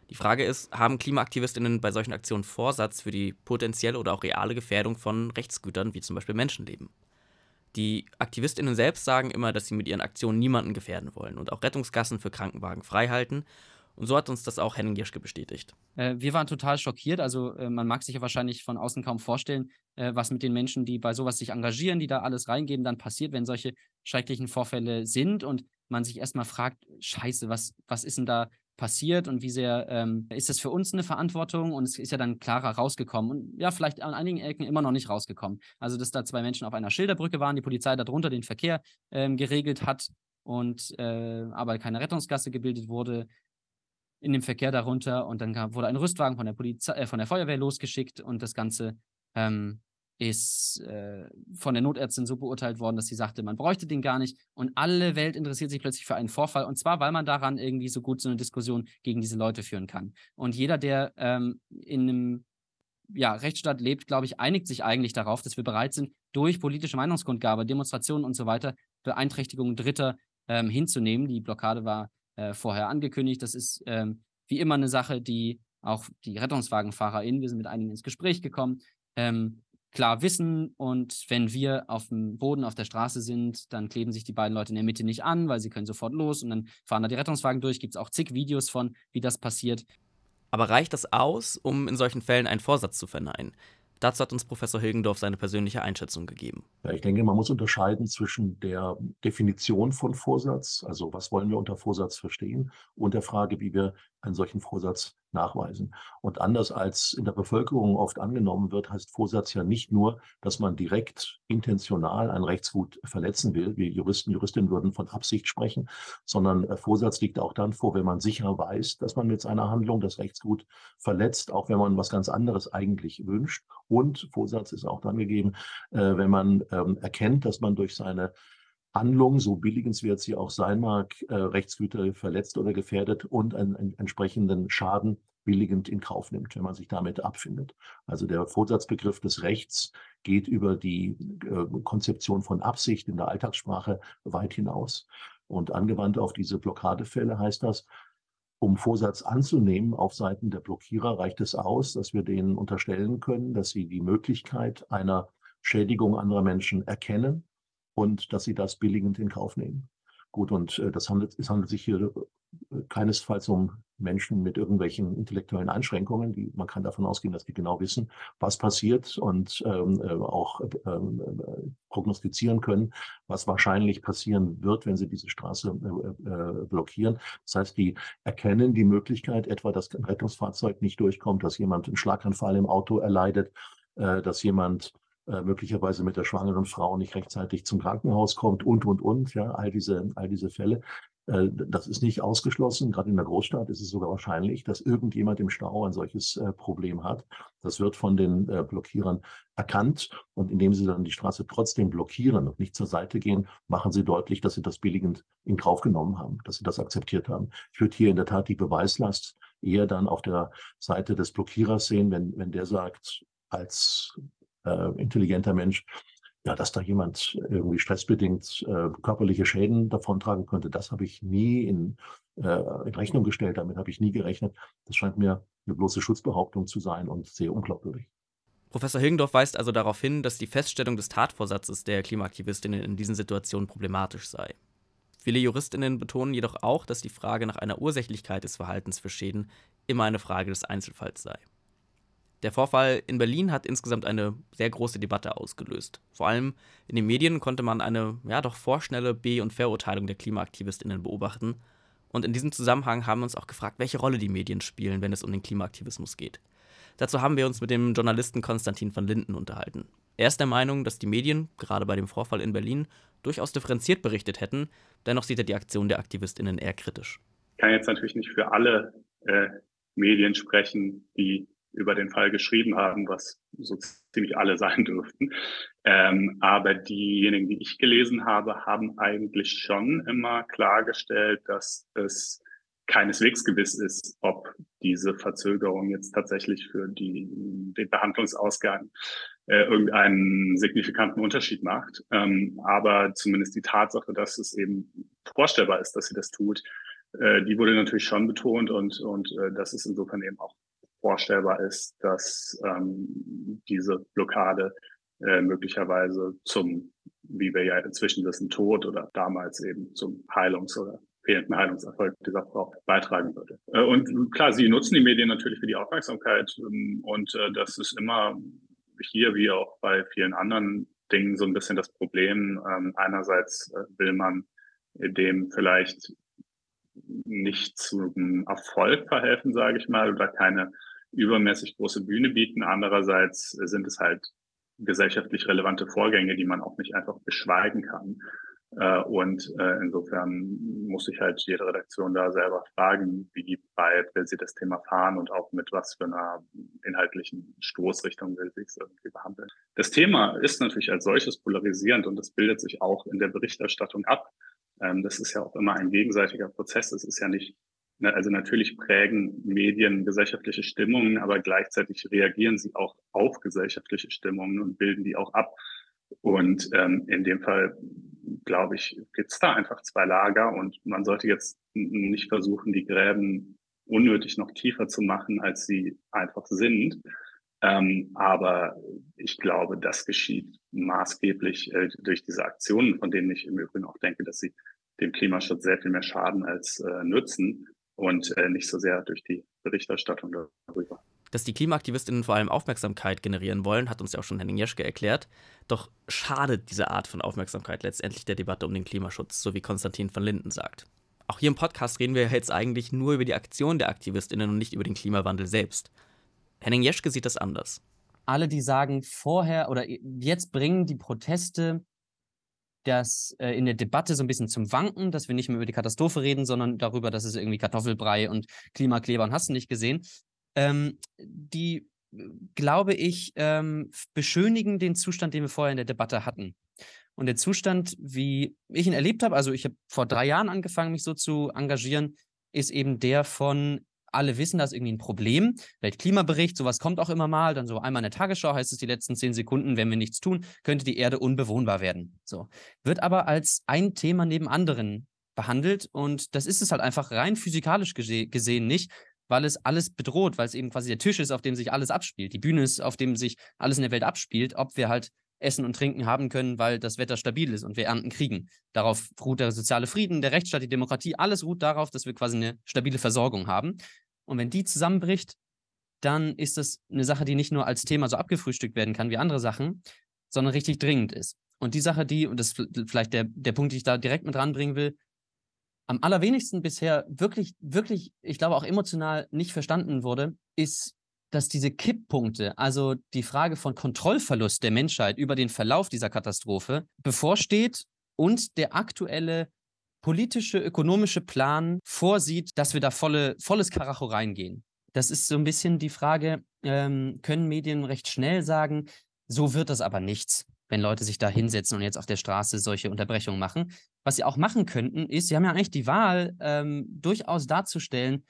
Die Frage ist, haben KlimaaktivistInnen bei solchen Aktionen Vorsatz für die potenzielle oder auch reale Gefährdung von Rechtsgütern, wie zum Beispiel Menschenleben? Die AktivistInnen selbst sagen immer, dass sie mit ihren Aktionen niemanden gefährden wollen und auch Rettungsgassen für Krankenwagen freihalten. Und so hat uns das auch Henning Jeschke bestätigt. Wir waren total schockiert. Also man mag sich ja wahrscheinlich von außen kaum vorstellen, was mit den Menschen, die bei sowas sich engagieren, die da alles reingeben, dann passiert, wenn solche schrecklichen Vorfälle sind und man sich erstmal fragt, scheiße, was ist denn da passiert und wie sehr ist das für uns eine Verantwortung? Und es ist ja dann klarer rausgekommen und ja, vielleicht an einigen Ecken immer noch nicht rausgekommen. Also, dass da 2 Menschen auf einer Schilderbrücke waren, die Polizei darunter den Verkehr geregelt hat und aber keine Rettungsgasse gebildet wurde in dem Verkehr darunter und dann wurde ein Rüstwagen von der Polizei, von der Feuerwehr losgeschickt und das Ganze ist von der Notärztin so beurteilt worden, dass sie sagte, man bräuchte den gar nicht und alle Welt interessiert sich plötzlich für einen Vorfall und zwar, weil man daran irgendwie so gut so eine Diskussion gegen diese Leute führen kann. Und jeder, der in einem Rechtsstaat lebt, glaube ich, einigt sich eigentlich darauf, dass wir bereit sind, durch politische Meinungskundgabe, Demonstrationen und so weiter Beeinträchtigungen Dritter hinzunehmen. Die Blockade war vorher angekündigt. Das ist wie immer eine Sache, die auch die RettungswagenfahrerInnen, wir sind mit einigen ins Gespräch gekommen, klar wissen und wenn wir auf dem Boden auf der Straße sind, dann kleben sich die beiden Leute in der Mitte nicht an, weil sie können sofort los und dann fahren da die Rettungswagen durch. Gibt es auch zig Videos von, wie das passiert. Aber reicht das aus, um in solchen Fällen einen Vorsatz zu verneinen? Dazu hat uns Professor Hilgendorf seine persönliche Einschätzung gegeben. Ja, ich denke, man muss unterscheiden zwischen der Definition von Vorsatz, also was wollen wir unter Vorsatz verstehen, und der Frage, wie wir einen solchen Vorsatz nachweisen. Und anders als in der Bevölkerung oft angenommen wird, heißt Vorsatz ja nicht nur, dass man direkt intentional ein Rechtsgut verletzen will. Wir Juristen, Juristinnen würden von Absicht sprechen, sondern Vorsatz liegt auch dann vor, wenn man sicher weiß, dass man mit seiner Handlung das Rechtsgut verletzt, auch wenn man was ganz anderes eigentlich wünscht. Und Vorsatz ist auch dann gegeben, wenn man erkennt, dass man durch seine Handlung, so billigenswert sie auch sein mag, Rechtsgüter verletzt oder gefährdet und einen entsprechenden Schaden billigend in Kauf nimmt, wenn man sich damit abfindet. Also der Vorsatzbegriff des Rechts geht über die Konzeption von Absicht in der Alltagssprache weit hinaus. Und angewandt auf diese Blockadefälle heißt das, um Vorsatz anzunehmen auf Seiten der Blockierer, reicht es aus, dass wir denen unterstellen können, dass sie die Möglichkeit einer Schädigung anderer Menschen erkennen und dass sie das billigend in Kauf nehmen. Gut, und es handelt sich hier keinesfalls um Menschen mit irgendwelchen intellektuellen Einschränkungen. Man kann davon ausgehen, dass die genau wissen, was passiert und auch prognostizieren können, was wahrscheinlich passieren wird, wenn sie diese Straße blockieren. Das heißt, die erkennen die Möglichkeit, etwa, dass ein Rettungsfahrzeug nicht durchkommt, dass jemand einen Schlaganfall im Auto erleidet, dass jemand möglicherweise mit der schwangeren Frau nicht rechtzeitig zum Krankenhaus kommt und, ja, all diese Fälle. Das ist nicht ausgeschlossen. Gerade in der Großstadt ist es sogar wahrscheinlich, dass irgendjemand im Stau ein solches Problem hat. Das wird von den Blockierern erkannt und indem sie dann die Straße trotzdem blockieren und nicht zur Seite gehen, machen sie deutlich, dass sie das billigend in Kauf genommen haben, dass sie das akzeptiert haben. Ich würde hier in der Tat die Beweislast eher dann auf der Seite des Blockierers sehen, wenn der sagt, als intelligenter Mensch, ja, dass da jemand irgendwie stressbedingt körperliche Schäden davontragen könnte, das habe ich nie in Rechnung gestellt, damit habe ich nie gerechnet. Das scheint mir eine bloße Schutzbehauptung zu sein und sehr unglaubwürdig. Professor Hilgendorf weist also darauf hin, dass die Feststellung des Tatvorsatzes der Klimaaktivistinnen in diesen Situationen problematisch sei. Viele JuristInnen betonen jedoch auch, dass die Frage nach einer Ursächlichkeit des Verhaltens für Schäden immer eine Frage des Einzelfalls sei. Der Vorfall in Berlin hat insgesamt eine sehr große Debatte ausgelöst. Vor allem in den Medien konnte man eine doch vorschnelle Be- und Verurteilung der KlimaaktivistInnen beobachten. Und in diesem Zusammenhang haben wir uns auch gefragt, welche Rolle die Medien spielen, wenn es um den Klimaaktivismus geht. Dazu haben wir uns mit dem Journalisten Konstantin van Linden unterhalten. Er ist der Meinung, dass die Medien, gerade bei dem Vorfall in Berlin, durchaus differenziert berichtet hätten. Dennoch sieht er die Aktion der AktivistInnen eher kritisch. Ich kann jetzt natürlich nicht für alle Medien sprechen, die über den Fall geschrieben haben, was so ziemlich alle sein dürften. Aber diejenigen, die ich gelesen habe, haben eigentlich schon immer klargestellt, dass es keineswegs gewiss ist, ob diese Verzögerung jetzt tatsächlich für den Behandlungsausgang irgendeinen signifikanten Unterschied macht. Aber zumindest die Tatsache, dass es eben vorstellbar ist, dass sie das tut, Die wurde natürlich schon betont und dass es insofern eben auch vorstellbar ist, dass diese Blockade möglicherweise zum, wie wir ja inzwischen wissen, Tod oder damals eben zum oder fehlenden Heilungserfolg dieser Frau beitragen würde. Und klar, sie nutzen die Medien natürlich für die Aufmerksamkeit und das ist immer hier wie auch bei vielen anderen Dingen so ein bisschen das Problem. Einerseits will man dem vielleicht nicht zum Erfolg verhelfen, sage ich mal, oder keine übermäßig große Bühne bieten. Andererseits sind es halt gesellschaftlich relevante Vorgänge, die man auch nicht einfach beschweigen kann. Und insofern muss sich halt jede Redaktion da selber fragen, wie weit will sie das Thema fahren und auch mit was für einer inhaltlichen Stoßrichtung will sie es irgendwie behandeln. Das Thema ist natürlich als solches polarisierend und das bildet sich auch in der Berichterstattung ab. Das ist ja auch immer ein gegenseitiger Prozess. Es ist ja nicht, also natürlich prägen Medien gesellschaftliche Stimmungen, aber gleichzeitig reagieren sie auch auf gesellschaftliche Stimmungen und bilden die auch ab. Und in dem Fall, glaube ich, gibt es da einfach zwei Lager und man sollte jetzt nicht versuchen, die Gräben unnötig noch tiefer zu machen, als sie einfach sind. Aber ich glaube, das geschieht maßgeblich durch diese Aktionen, von denen ich im Übrigen auch denke, dass sie dem Klimaschutz sehr viel mehr schaden als nützen und nicht so sehr durch die Berichterstattung darüber. Dass die KlimaaktivistInnen vor allem Aufmerksamkeit generieren wollen, hat uns ja auch schon Henning Jeschke erklärt. Doch schadet diese Art von Aufmerksamkeit letztendlich der Debatte um den Klimaschutz, so wie Konstantin van Linden sagt. Auch hier im Podcast reden wir ja jetzt eigentlich nur über die Aktion der AktivistInnen und nicht über den Klimawandel selbst. Henning Jeschke sieht das anders. Alle, die sagen, vorher oder jetzt bringen die Proteste das in der Debatte so ein bisschen zum Wanken, dass wir nicht mehr über die Katastrophe reden, sondern darüber, dass es irgendwie Kartoffelbrei und Klimakleber und hast du nicht gesehen. Die, glaube ich, beschönigen den Zustand, den wir vorher in der Debatte hatten. Und der Zustand, wie ich ihn erlebt habe, also ich habe vor 3 Jahren angefangen, mich so zu engagieren, ist eben der von, alle wissen, das ist irgendwie ein Problem. Weltklimabericht, sowas kommt auch immer mal, dann so einmal in der Tagesschau heißt es die letzten 10 Sekunden, wenn wir nichts tun, könnte die Erde unbewohnbar werden. So. Wird aber als ein Thema neben anderen behandelt und das ist es halt einfach rein physikalisch gesehen nicht, weil es alles bedroht, weil es eben quasi der Tisch ist, auf dem sich alles abspielt. Die Bühne ist, auf dem sich alles in der Welt abspielt, ob wir halt Essen und Trinken haben können, weil das Wetter stabil ist und wir Ernten kriegen. Darauf ruht der soziale Frieden, der Rechtsstaat, die Demokratie, alles ruht darauf, dass wir quasi eine stabile Versorgung haben. Und wenn die zusammenbricht, dann ist das eine Sache, die nicht nur als Thema so abgefrühstückt werden kann wie andere Sachen, sondern richtig dringend ist. Und die Sache, und das ist vielleicht der Punkt, den ich da direkt mit ranbringen will, am allerwenigsten bisher wirklich, ich glaube auch emotional nicht verstanden wurde, ist, dass diese Kipppunkte, also die Frage von Kontrollverlust der Menschheit über den Verlauf dieser Katastrophe bevorsteht und der aktuelle politische, ökonomische Plan vorsieht, dass wir da volles Karacho reingehen. Das ist so ein bisschen die Frage, können Medien recht schnell sagen, so wird das aber nichts, wenn Leute sich da hinsetzen und jetzt auf der Straße solche Unterbrechungen machen. Was sie auch machen könnten, ist, sie haben ja eigentlich die Wahl, durchaus darzustellen,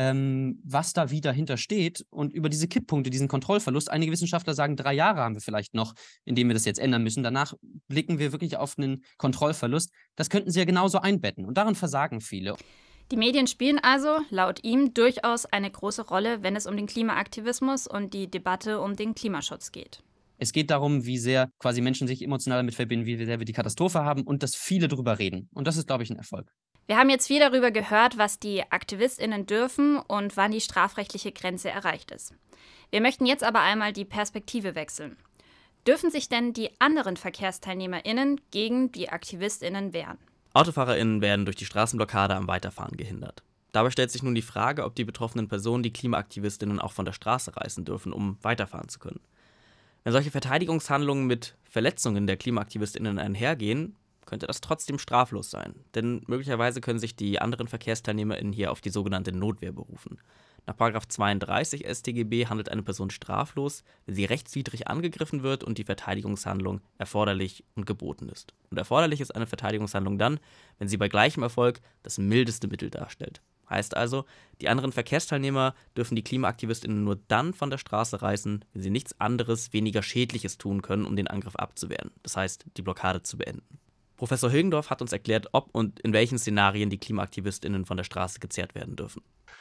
was da wie dahinter steht und über diese Kipppunkte, diesen Kontrollverlust. Einige Wissenschaftler sagen, 3 Jahre haben wir vielleicht noch, in denen wir das jetzt ändern müssen. Danach blicken wir wirklich auf einen Kontrollverlust. Das könnten sie ja genauso einbetten und daran versagen viele. Die Medien spielen also, laut ihm, durchaus eine große Rolle, wenn es um den Klimaaktivismus und die Debatte um den Klimaschutz geht. Es geht darum, wie sehr quasi Menschen sich emotional damit verbinden, wie sehr wir die Katastrophe haben und dass viele drüber reden. Und das ist, glaube ich, ein Erfolg. Wir haben jetzt viel darüber gehört, was die AktivistInnen dürfen und wann die strafrechtliche Grenze erreicht ist. Wir möchten jetzt aber einmal die Perspektive wechseln. Dürfen sich denn die anderen VerkehrsteilnehmerInnen gegen die AktivistInnen wehren? AutofahrerInnen werden durch die Straßenblockade am Weiterfahren gehindert. Dabei stellt sich nun die Frage, ob die betroffenen Personen die KlimaaktivistInnen auch von der Straße reißen dürfen, um weiterfahren zu können. Wenn solche Verteidigungshandlungen mit Verletzungen der KlimaaktivistInnen einhergehen, könnte das trotzdem straflos sein. Denn möglicherweise können sich die anderen VerkehrsteilnehmerInnen hier auf die sogenannte Notwehr berufen. Nach § 32 StGB handelt eine Person straflos, wenn sie rechtswidrig angegriffen wird und die Verteidigungshandlung erforderlich und geboten ist. Und erforderlich ist eine Verteidigungshandlung dann, wenn sie bei gleichem Erfolg das mildeste Mittel darstellt. Heißt also, die anderen Verkehrsteilnehmer dürfen die KlimaaktivistInnen nur dann von der Straße reißen, wenn sie nichts anderes, weniger Schädliches tun können, um den Angriff abzuwehren. Das heißt, die Blockade zu beenden. Professor Hilgendorf hat uns erklärt, ob und in welchen Szenarien die KlimaaktivistInnen von der Straße gezerrt werden dürfen.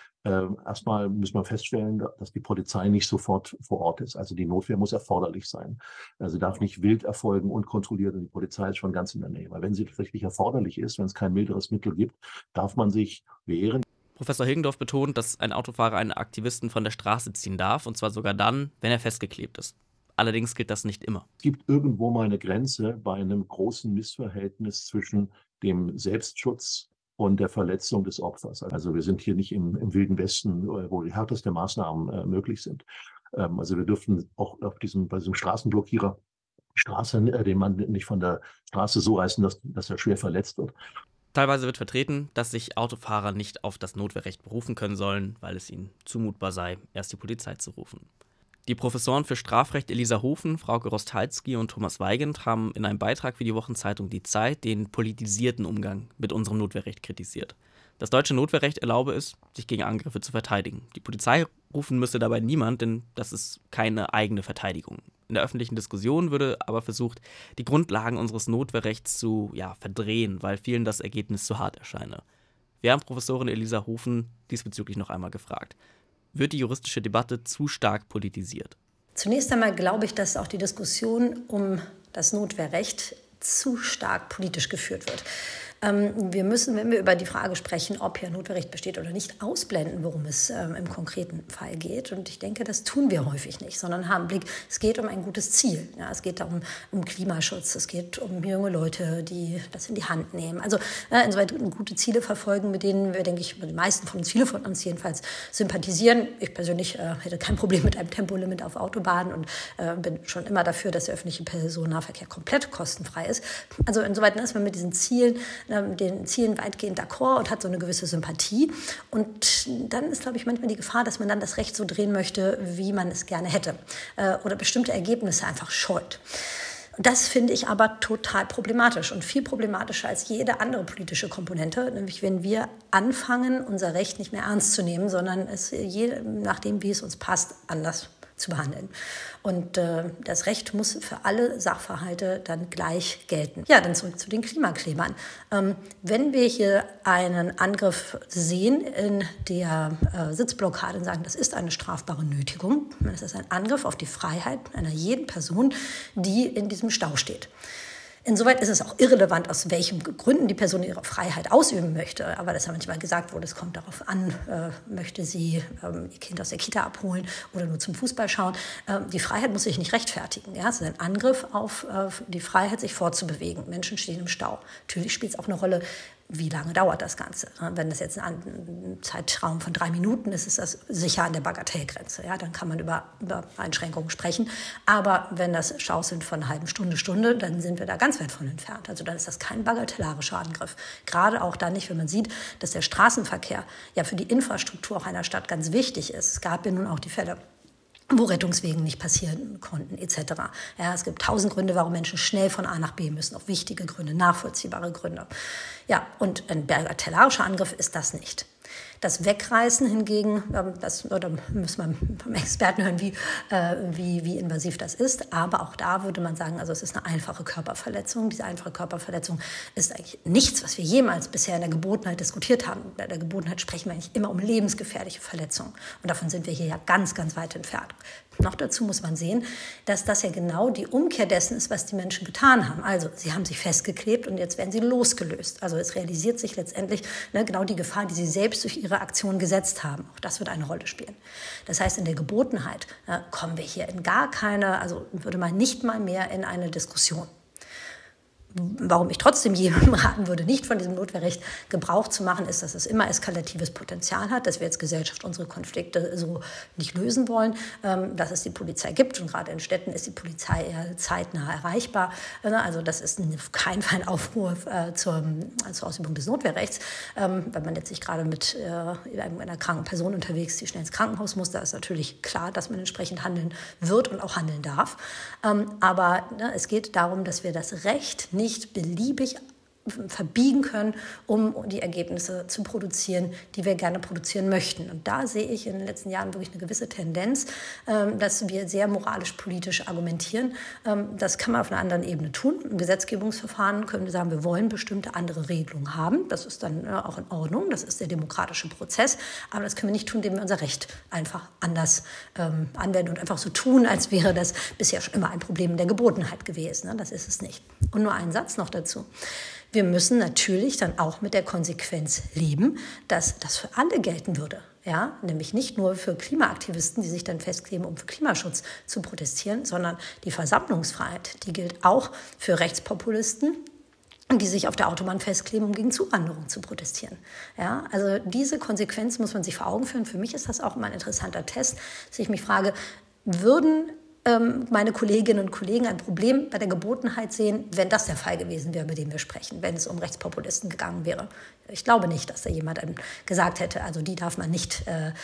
Erstmal müssen wir feststellen, dass die Polizei nicht sofort vor Ort ist. Also die Notwehr muss erforderlich sein. Sie darf nicht wild erfolgen, unkontrolliert, und die Polizei ist schon ganz in der Nähe. Weil wenn sie tatsächlich erforderlich ist, wenn es kein milderes Mittel gibt, darf man sich wehren. Professor Hilgendorf betont, dass ein Autofahrer einen Aktivisten von der Straße ziehen darf, und zwar sogar dann, wenn er festgeklebt ist. Allerdings gilt das nicht immer. Es gibt irgendwo mal eine Grenze bei einem großen Missverhältnis zwischen dem Selbstschutz und der Verletzung des Opfers. Also wir sind hier nicht im Wilden Westen, wo die härtesten Maßnahmen möglich sind. Also wir dürfen auch bei diesem Straßenblockierer die Straße, den Mann nicht von der Straße so reißen, dass er schwer verletzt wird. Teilweise wird vertreten, dass sich Autofahrer nicht auf das Notwehrrecht berufen können sollen, weil es ihnen zumutbar sei, erst die Polizei zu rufen. Die Professoren für Strafrecht Elisa Hofen, Frauke Rostalski und Thomas Weigand haben in einem Beitrag für die Wochenzeitung Die Zeit den politisierten Umgang mit unserem Notwehrrecht kritisiert. Das deutsche Notwehrrecht erlaube es, sich gegen Angriffe zu verteidigen. Die Polizei rufen müsse dabei niemand, denn das ist keine eigene Verteidigung. In der öffentlichen Diskussion würde aber versucht, die Grundlagen unseres Notwehrrechts zu verdrehen, weil vielen das Ergebnis zu hart erscheine. Wir haben Professorin Elisa Hofen diesbezüglich noch einmal gefragt. Wird die juristische Debatte zu stark politisiert? Zunächst einmal glaube ich, dass auch die Diskussion um das Notwehrrecht zu stark politisch geführt wird. Wir müssen, wenn wir über die Frage sprechen, ob hier Notwehrrecht besteht oder nicht, ausblenden, worum es im konkreten Fall geht. Und ich denke, das tun wir häufig nicht, sondern haben einen Blick, es geht um ein gutes Ziel. Ja, es geht darum, um Klimaschutz, es geht um junge Leute, die das in die Hand nehmen. Also insoweit gute Ziele verfolgen, mit denen wir, denke ich, die meisten von uns, viele von uns jedenfalls, sympathisieren. Ich persönlich hätte kein Problem mit einem Tempolimit auf Autobahnen und bin schon immer dafür, dass der öffentliche Personennahverkehr komplett kostenfrei ist. Also insoweit ist man mit diesen Zielen weitgehend d'accord und hat so eine gewisse Sympathie. Und dann ist, glaube ich, manchmal die Gefahr, dass man dann das Recht so drehen möchte, wie man es gerne hätte. Oder bestimmte Ergebnisse einfach scheut. Das finde ich aber total problematisch und viel problematischer als jede andere politische Komponente, nämlich wenn wir anfangen, unser Recht nicht mehr ernst zu nehmen, sondern es je nachdem, wie es uns passt, anders zu behandeln. Und das Recht muss für alle Sachverhalte dann gleich gelten. Ja, dann zurück zu den Klimaklebern. Wenn wir hier einen Angriff sehen in der Sitzblockade und sagen, das ist eine strafbare Nötigung, das ist ein Angriff auf die Freiheit einer jeden Person, die in diesem Stau steht. Insoweit ist es auch irrelevant, aus welchen Gründen die Person ihre Freiheit ausüben möchte. Aber das ja manchmal gesagt wurde, es kommt darauf an, möchte sie ihr Kind aus der Kita abholen oder nur zum Fußball schauen. Die Freiheit muss sich nicht rechtfertigen. Ja? Es ist ein Angriff auf die Freiheit, sich fortzubewegen. Menschen stehen im Stau. Natürlich spielt es auch eine Rolle, wie lange dauert das Ganze? Wenn das jetzt ein Zeitraum von 3 Minuten ist, ist das sicher an der Bagatellgrenze. Ja, dann kann man über Einschränkungen sprechen. Aber wenn das Staus sind von einer halben Stunde, dann sind wir da ganz weit von entfernt. Also dann ist das kein bagatellarischer Angriff. Gerade auch dann nicht, wenn man sieht, dass der Straßenverkehr ja für die Infrastruktur auch einer Stadt ganz wichtig ist. Es gab ja nun auch die Fälle, wo Rettungswegen nicht passieren konnten, etc. Ja, es gibt 1000 Gründe, warum Menschen schnell von A nach B müssen. Auch wichtige Gründe, nachvollziehbare Gründe. Ja, und ein bagatellarischer Angriff ist das nicht. Das Wegreißen hingegen, da müssen wir vom Experten hören, wie invasiv das ist. Aber auch da würde man sagen, also es ist eine einfache Körperverletzung. Diese einfache Körperverletzung ist eigentlich nichts, was wir jemals bisher in der Gebotenheit diskutiert haben. Bei der Gebotenheit sprechen wir eigentlich immer um lebensgefährliche Verletzungen. Und davon sind wir hier ja ganz, ganz weit entfernt. Noch dazu muss man sehen, dass das ja genau die Umkehr dessen ist, was die Menschen getan haben. Also sie haben sich festgeklebt und jetzt werden sie losgelöst. Also es realisiert sich letztendlich genau die Gefahr, die sie selbst durch ihre Aktion gesetzt haben. Auch das wird eine Rolle spielen. Das heißt, in der Gebotenheit kommen wir hier in gar keine, also würde man nicht mal mehr in eine Diskussion. Warum ich trotzdem jemandem raten würde, nicht von diesem Notwehrrecht Gebrauch zu machen, ist, dass es immer eskalatives Potenzial hat, dass wir als Gesellschaft unsere Konflikte so nicht lösen wollen, dass es die Polizei gibt. Und gerade in Städten ist die Polizei eher zeitnah erreichbar. Also das ist auf keinen Fall ein Aufruf zur Ausübung des Notwehrrechts. Wenn man jetzt sich gerade mit einer kranken Person unterwegs, die schnell ins Krankenhaus muss, da ist natürlich klar, dass man entsprechend handeln wird und auch handeln darf. Aber es geht darum, dass wir das Recht nicht beliebig verbiegen können, um die Ergebnisse zu produzieren, die wir gerne produzieren möchten. Und da sehe ich in den letzten Jahren wirklich eine gewisse Tendenz, dass wir sehr moralisch-politisch argumentieren. Das kann man auf einer anderen Ebene tun. Im Gesetzgebungsverfahren können wir sagen, wir wollen bestimmte andere Regelungen haben. Das ist dann auch in Ordnung. Das ist der demokratische Prozess. Aber das können wir nicht tun, indem wir unser Recht einfach anders anwenden und einfach so tun, als wäre das bisher schon immer ein Problem der Gebotenheit gewesen. Das ist es nicht. Und nur ein Satz noch dazu. Wir müssen natürlich dann auch mit der Konsequenz leben, dass das für alle gelten würde. Ja, nämlich nicht nur für Klimaaktivisten, die sich dann festkleben, um für Klimaschutz zu protestieren, sondern die Versammlungsfreiheit, die gilt auch für Rechtspopulisten, die sich auf der Autobahn festkleben, um gegen Zuwanderung zu protestieren. Ja, also diese Konsequenz muss man sich vor Augen führen. Für mich ist das auch immer ein interessanter Test, dass ich mich frage, würden meine Kolleginnen und Kollegen ein Problem bei der Gebotenheit sehen, wenn das der Fall gewesen wäre, mit dem wir sprechen, wenn es um Rechtspopulisten gegangen wäre. Ich glaube nicht, dass da jemand gesagt hätte, also die darf man nicht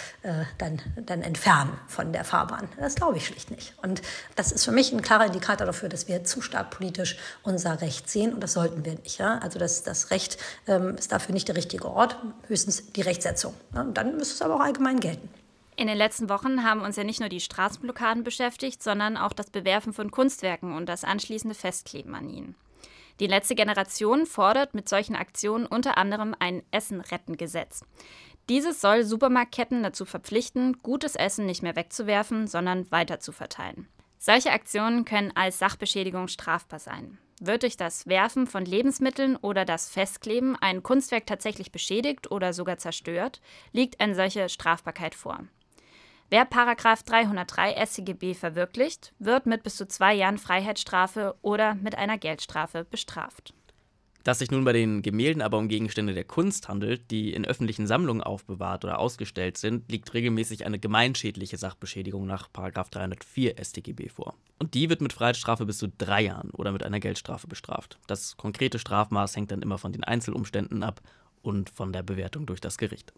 dann entfernen von der Fahrbahn. Das glaube ich schlicht nicht. Und das ist für mich ein klarer Indikator dafür, dass wir zu stark politisch unser Recht sehen und das sollten wir nicht. Ja? Also das Recht ist dafür nicht der richtige Ort, höchstens die Rechtsetzung. Ja? Und dann müsste es aber auch allgemein gelten. In den letzten Wochen haben uns ja nicht nur die Straßenblockaden beschäftigt, sondern auch das Bewerfen von Kunstwerken und das anschließende Festkleben an ihnen. Die letzte Generation fordert mit solchen Aktionen unter anderem ein Essen-Retten-Gesetz. Dieses soll Supermarktketten dazu verpflichten, gutes Essen nicht mehr wegzuwerfen, sondern weiter zu verteilen. Solche Aktionen können als Sachbeschädigung strafbar sein. Wird durch das Werfen von Lebensmitteln oder das Festkleben ein Kunstwerk tatsächlich beschädigt oder sogar zerstört, liegt eine solche Strafbarkeit vor. Wer § 303 StGB verwirklicht, wird mit bis zu 2 Jahren Freiheitsstrafe oder mit einer Geldstrafe bestraft. Dass sich nun bei den Gemälden aber um Gegenstände der Kunst handelt, die in öffentlichen Sammlungen aufbewahrt oder ausgestellt sind, liegt regelmäßig eine gemeinschädliche Sachbeschädigung nach § 304 StGB vor. Und die wird mit Freiheitsstrafe bis zu 3 Jahren oder mit einer Geldstrafe bestraft. Das konkrete Strafmaß hängt dann immer von den Einzelumständen ab und von der Bewertung durch das Gericht.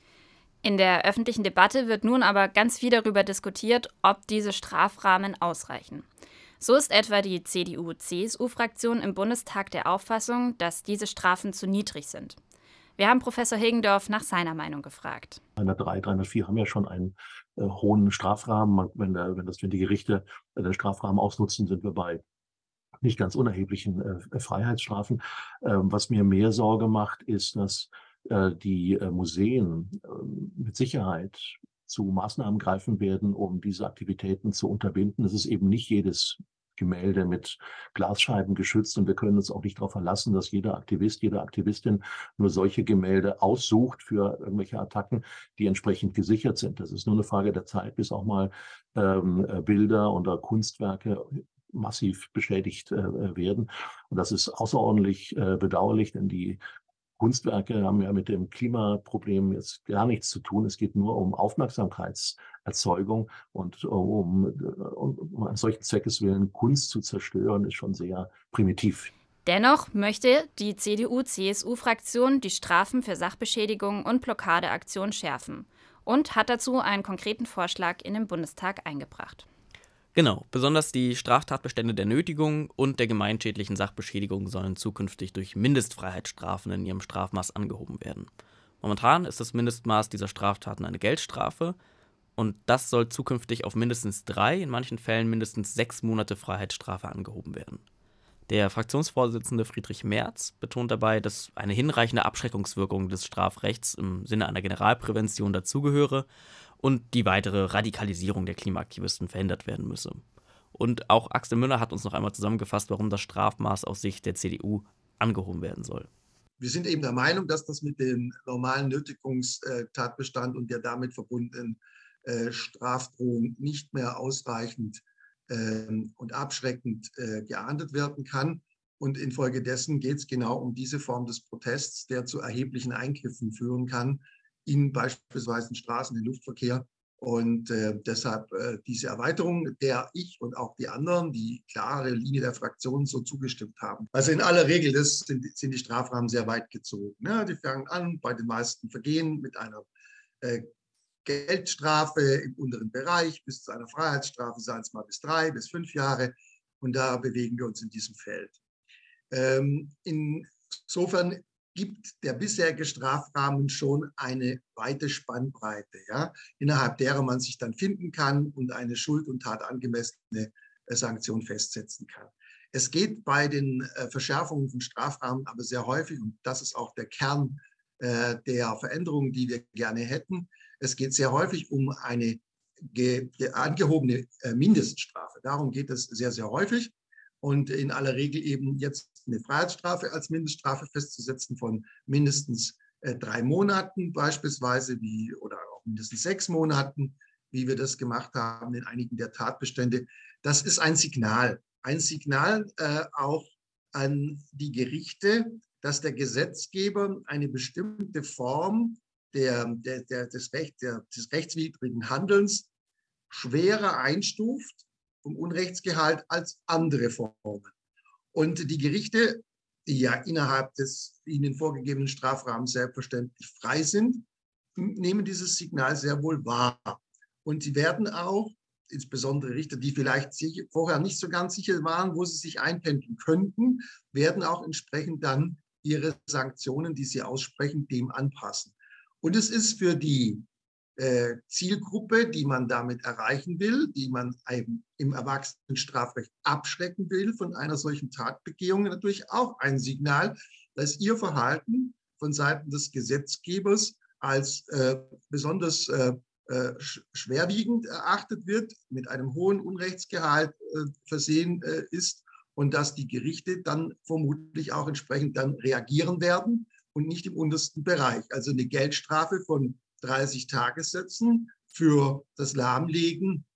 In der öffentlichen Debatte wird nun aber ganz viel darüber diskutiert, ob diese Strafrahmen ausreichen. So ist etwa die CDU-CSU-Fraktion im Bundestag der Auffassung, dass diese Strafen zu niedrig sind. Wir haben Professor Hegendorf nach seiner Meinung gefragt. 303, 304 haben ja schon einen hohen Strafrahmen. Wenn die Gerichte den Strafrahmen ausnutzen, sind wir bei nicht ganz unerheblichen Freiheitsstrafen. Was mir mehr Sorge macht, ist, dass die Museen mit Sicherheit zu Maßnahmen greifen werden, um diese Aktivitäten zu unterbinden. Es ist eben nicht jedes Gemälde mit Glasscheiben geschützt und wir können uns auch nicht darauf verlassen, dass jeder Aktivist, jede Aktivistin nur solche Gemälde aussucht für irgendwelche Attacken, die entsprechend gesichert sind. Das ist nur eine Frage der Zeit, bis auch mal Bilder oder Kunstwerke massiv beschädigt werden. Und das ist außerordentlich bedauerlich, denn die Kunstwerke haben ja mit dem Klimaproblem jetzt gar nichts zu tun. Es geht nur um Aufmerksamkeitserzeugung und um an solchen Zweckes willen Kunst zu zerstören, ist schon sehr primitiv. Dennoch möchte die CDU-CSU-Fraktion die Strafen für Sachbeschädigung und Blockadeaktionen schärfen und hat dazu einen konkreten Vorschlag in den Bundestag eingebracht. Genau, besonders die Straftatbestände der Nötigung und der gemeinschädlichen Sachbeschädigung sollen zukünftig durch Mindestfreiheitsstrafen in ihrem Strafmaß angehoben werden. Momentan ist das Mindestmaß dieser Straftaten eine Geldstrafe und das soll zukünftig auf mindestens 3, in manchen Fällen mindestens 6 Monate Freiheitsstrafe angehoben werden. Der Fraktionsvorsitzende Friedrich Merz betont dabei, dass eine hinreichende Abschreckungswirkung des Strafrechts im Sinne einer Generalprävention dazugehöre und die weitere Radikalisierung der Klimaaktivisten verhindert werden müsse. Und auch Axel Müller hat uns noch einmal zusammengefasst, warum das Strafmaß aus Sicht der CDU angehoben werden soll. Wir sind eben der Meinung, dass das mit dem normalen Nötigungstatbestand und der damit verbundenen Strafdrohung nicht mehr ausreichend und abschreckend geahndet werden kann. Und infolgedessen geht es genau um diese Form des Protests, der zu erheblichen Eingriffen führen kann, in beispielsweise den Straßen, den Luftverkehr. Und deshalb diese Erweiterung, der ich und auch die anderen, die klare Linie der Fraktion so zugestimmt haben. Also in aller Regel sind die Strafrahmen sehr weit gezogen. Ne? Die fangen an bei den meisten Vergehen mit einer Geldstrafe im unteren Bereich bis zu einer Freiheitsstrafe, seien es mal bis 3 bis 5 Jahre. Und da bewegen wir uns in diesem Feld. In Insofern gibt der bisherige Strafrahmen schon eine weite Spannbreite, ja, innerhalb derer man sich dann finden kann und eine schuld- und tatangemessene Sanktion festsetzen kann. Es geht bei den Verschärfungen von Strafrahmen aber sehr häufig, und das ist auch der Kern der Veränderungen, die wir gerne hätten, es geht sehr häufig um eine angehobene Mindeststrafe. Darum geht es sehr, sehr häufig. Und in aller Regel eben jetzt eine Freiheitsstrafe als Mindeststrafe festzusetzen von mindestens 3 Monaten beispielsweise, oder auch mindestens 6 Monaten, wie wir das gemacht haben in einigen der Tatbestände. Das ist ein Signal auch an die Gerichte, dass der Gesetzgeber eine bestimmte Form des rechtswidrigen Handelns schwerer einstuft vom Unrechtsgehalt als andere Formen. Und die Gerichte, die ja innerhalb des ihnen vorgegebenen Strafrahmens selbstverständlich frei sind, nehmen dieses Signal sehr wohl wahr. Und sie werden auch, insbesondere Richter, die vielleicht vorher nicht so ganz sicher waren, wo sie sich einpendeln könnten, werden auch entsprechend dann ihre Sanktionen, die sie aussprechen, dem anpassen. Und es ist für die Zielgruppe, die man damit erreichen will, die man eben im Erwachsenenstrafrecht abschrecken will von einer solchen Tatbegehung, natürlich auch ein Signal, dass ihr Verhalten von Seiten des Gesetzgebers als besonders schwerwiegend erachtet wird, mit einem hohen Unrechtsgehalt versehen ist und dass die Gerichte dann vermutlich auch entsprechend dann reagieren werden und nicht im untersten Bereich. Also eine Geldstrafe von 30 Tagessätzen für das Lahmlegen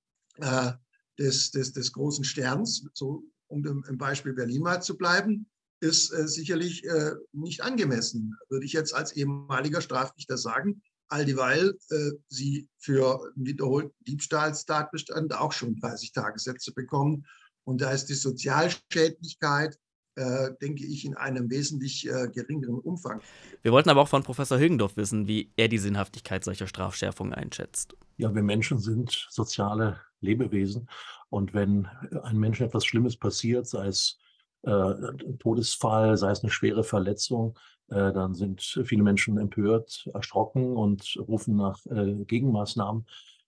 des großen Sterns, so um im Beispiel Berlin mal zu bleiben, ist sicherlich nicht angemessen, würde ich jetzt als ehemaliger Strafrichter sagen, all dieweil sie für einen wiederholten Diebstahlstatbestand auch schon 30 Tagessätze bekommen. Und da ist die Sozialschädlichkeit, denke ich, in einem wesentlich geringeren Umfang. Wir wollten aber auch von Professor Hilgendorf wissen, wie er die Sinnhaftigkeit solcher Strafschärfungen einschätzt. Ja, wir Menschen sind soziale Lebewesen. Und wenn einem Menschen etwas Schlimmes passiert, sei es ein Todesfall, sei es eine schwere Verletzung, dann sind viele Menschen empört, erschrocken und rufen nach Gegenmaßnahmen.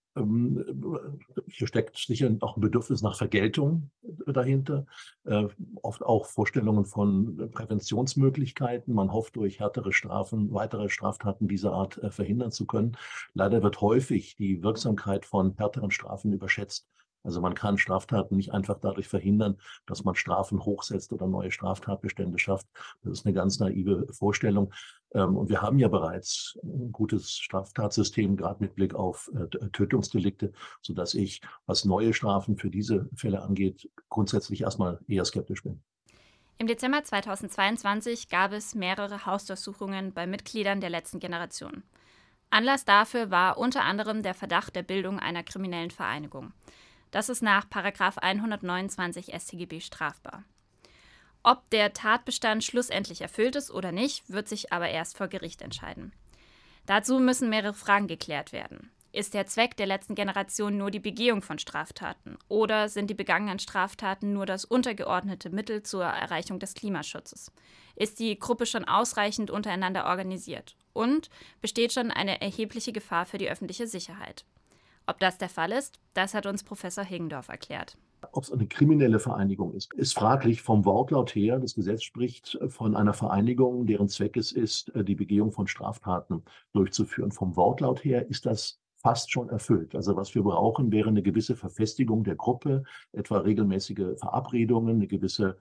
Hier steckt sicher auch ein Bedürfnis nach Vergeltung dahinter, oft auch Vorstellungen von Präventionsmöglichkeiten. Man hofft, durch härtere Strafen weitere Straftaten dieser Art verhindern zu können. Leider wird häufig die Wirksamkeit von härteren Strafen überschätzt. Also man kann Straftaten nicht einfach dadurch verhindern, dass man Strafen hochsetzt oder neue Straftatbestände schafft. Das ist eine ganz naive Vorstellung. Und wir haben ja bereits ein gutes Straftatsystem, gerade mit Blick auf Tötungsdelikte, sodass ich, was neue Strafen für diese Fälle angeht, grundsätzlich erstmal eher skeptisch bin. Im Dezember 2022 gab es mehrere Hausdurchsuchungen bei Mitgliedern der letzten Generation. Anlass dafür war unter anderem der Verdacht der Bildung einer kriminellen Vereinigung. Das ist nach § 129 StGB strafbar. Ob der Tatbestand schlussendlich erfüllt ist oder nicht, wird sich aber erst vor Gericht entscheiden. Dazu müssen mehrere Fragen geklärt werden. Ist der Zweck der letzten Generation nur die Begehung von Straftaten oder sind die begangenen Straftaten nur das untergeordnete Mittel zur Erreichung des Klimaschutzes? Ist die Gruppe schon ausreichend untereinander organisiert? Und besteht schon eine erhebliche Gefahr für die öffentliche Sicherheit? Ob das der Fall ist, das hat uns Professor Hilgendorf erklärt. Ob es eine kriminelle Vereinigung ist fraglich. Vom Wortlaut her, das Gesetz spricht von einer Vereinigung, deren Zweck es ist, die Begehung von Straftaten durchzuführen. Vom Wortlaut her ist das fast schon erfüllt. Also was wir brauchen, wäre eine gewisse Verfestigung der Gruppe, etwa regelmäßige Verabredungen, eine gewisse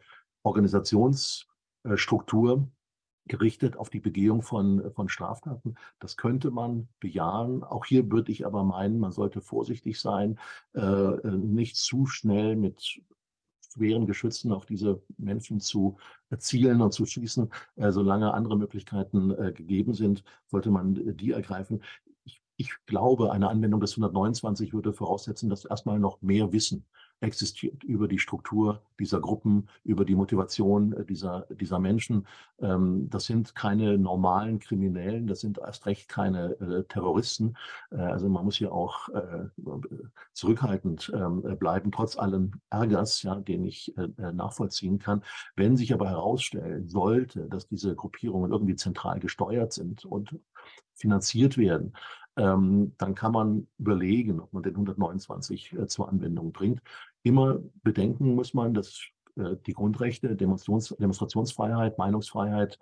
Organisationsstruktur, gerichtet auf die Begehung von Straftaten. Das könnte man bejahen. Auch hier würde ich aber meinen, man sollte vorsichtig sein, nicht zu schnell mit schweren Geschützen auf diese Menschen zu zielen und zu schießen. Solange andere Möglichkeiten gegeben sind, sollte man die ergreifen. Ich glaube, eine Anwendung des 129 würde voraussetzen, dass wir erstmal noch mehr wissen. existiert über die Struktur dieser Gruppen, über die Motivation dieser Menschen. Das sind keine normalen Kriminellen, das sind erst recht keine Terroristen. Also man muss hier auch zurückhaltend bleiben, trotz allem Ärgers, ja, den ich nachvollziehen kann. Wenn sich aber herausstellen sollte, dass diese Gruppierungen irgendwie zentral gesteuert sind und finanziert werden, dann kann man überlegen, ob man den 129 zur Anwendung bringt. Immer bedenken muss man, dass die Grundrechte, Demonstrationsfreiheit, Meinungsfreiheit,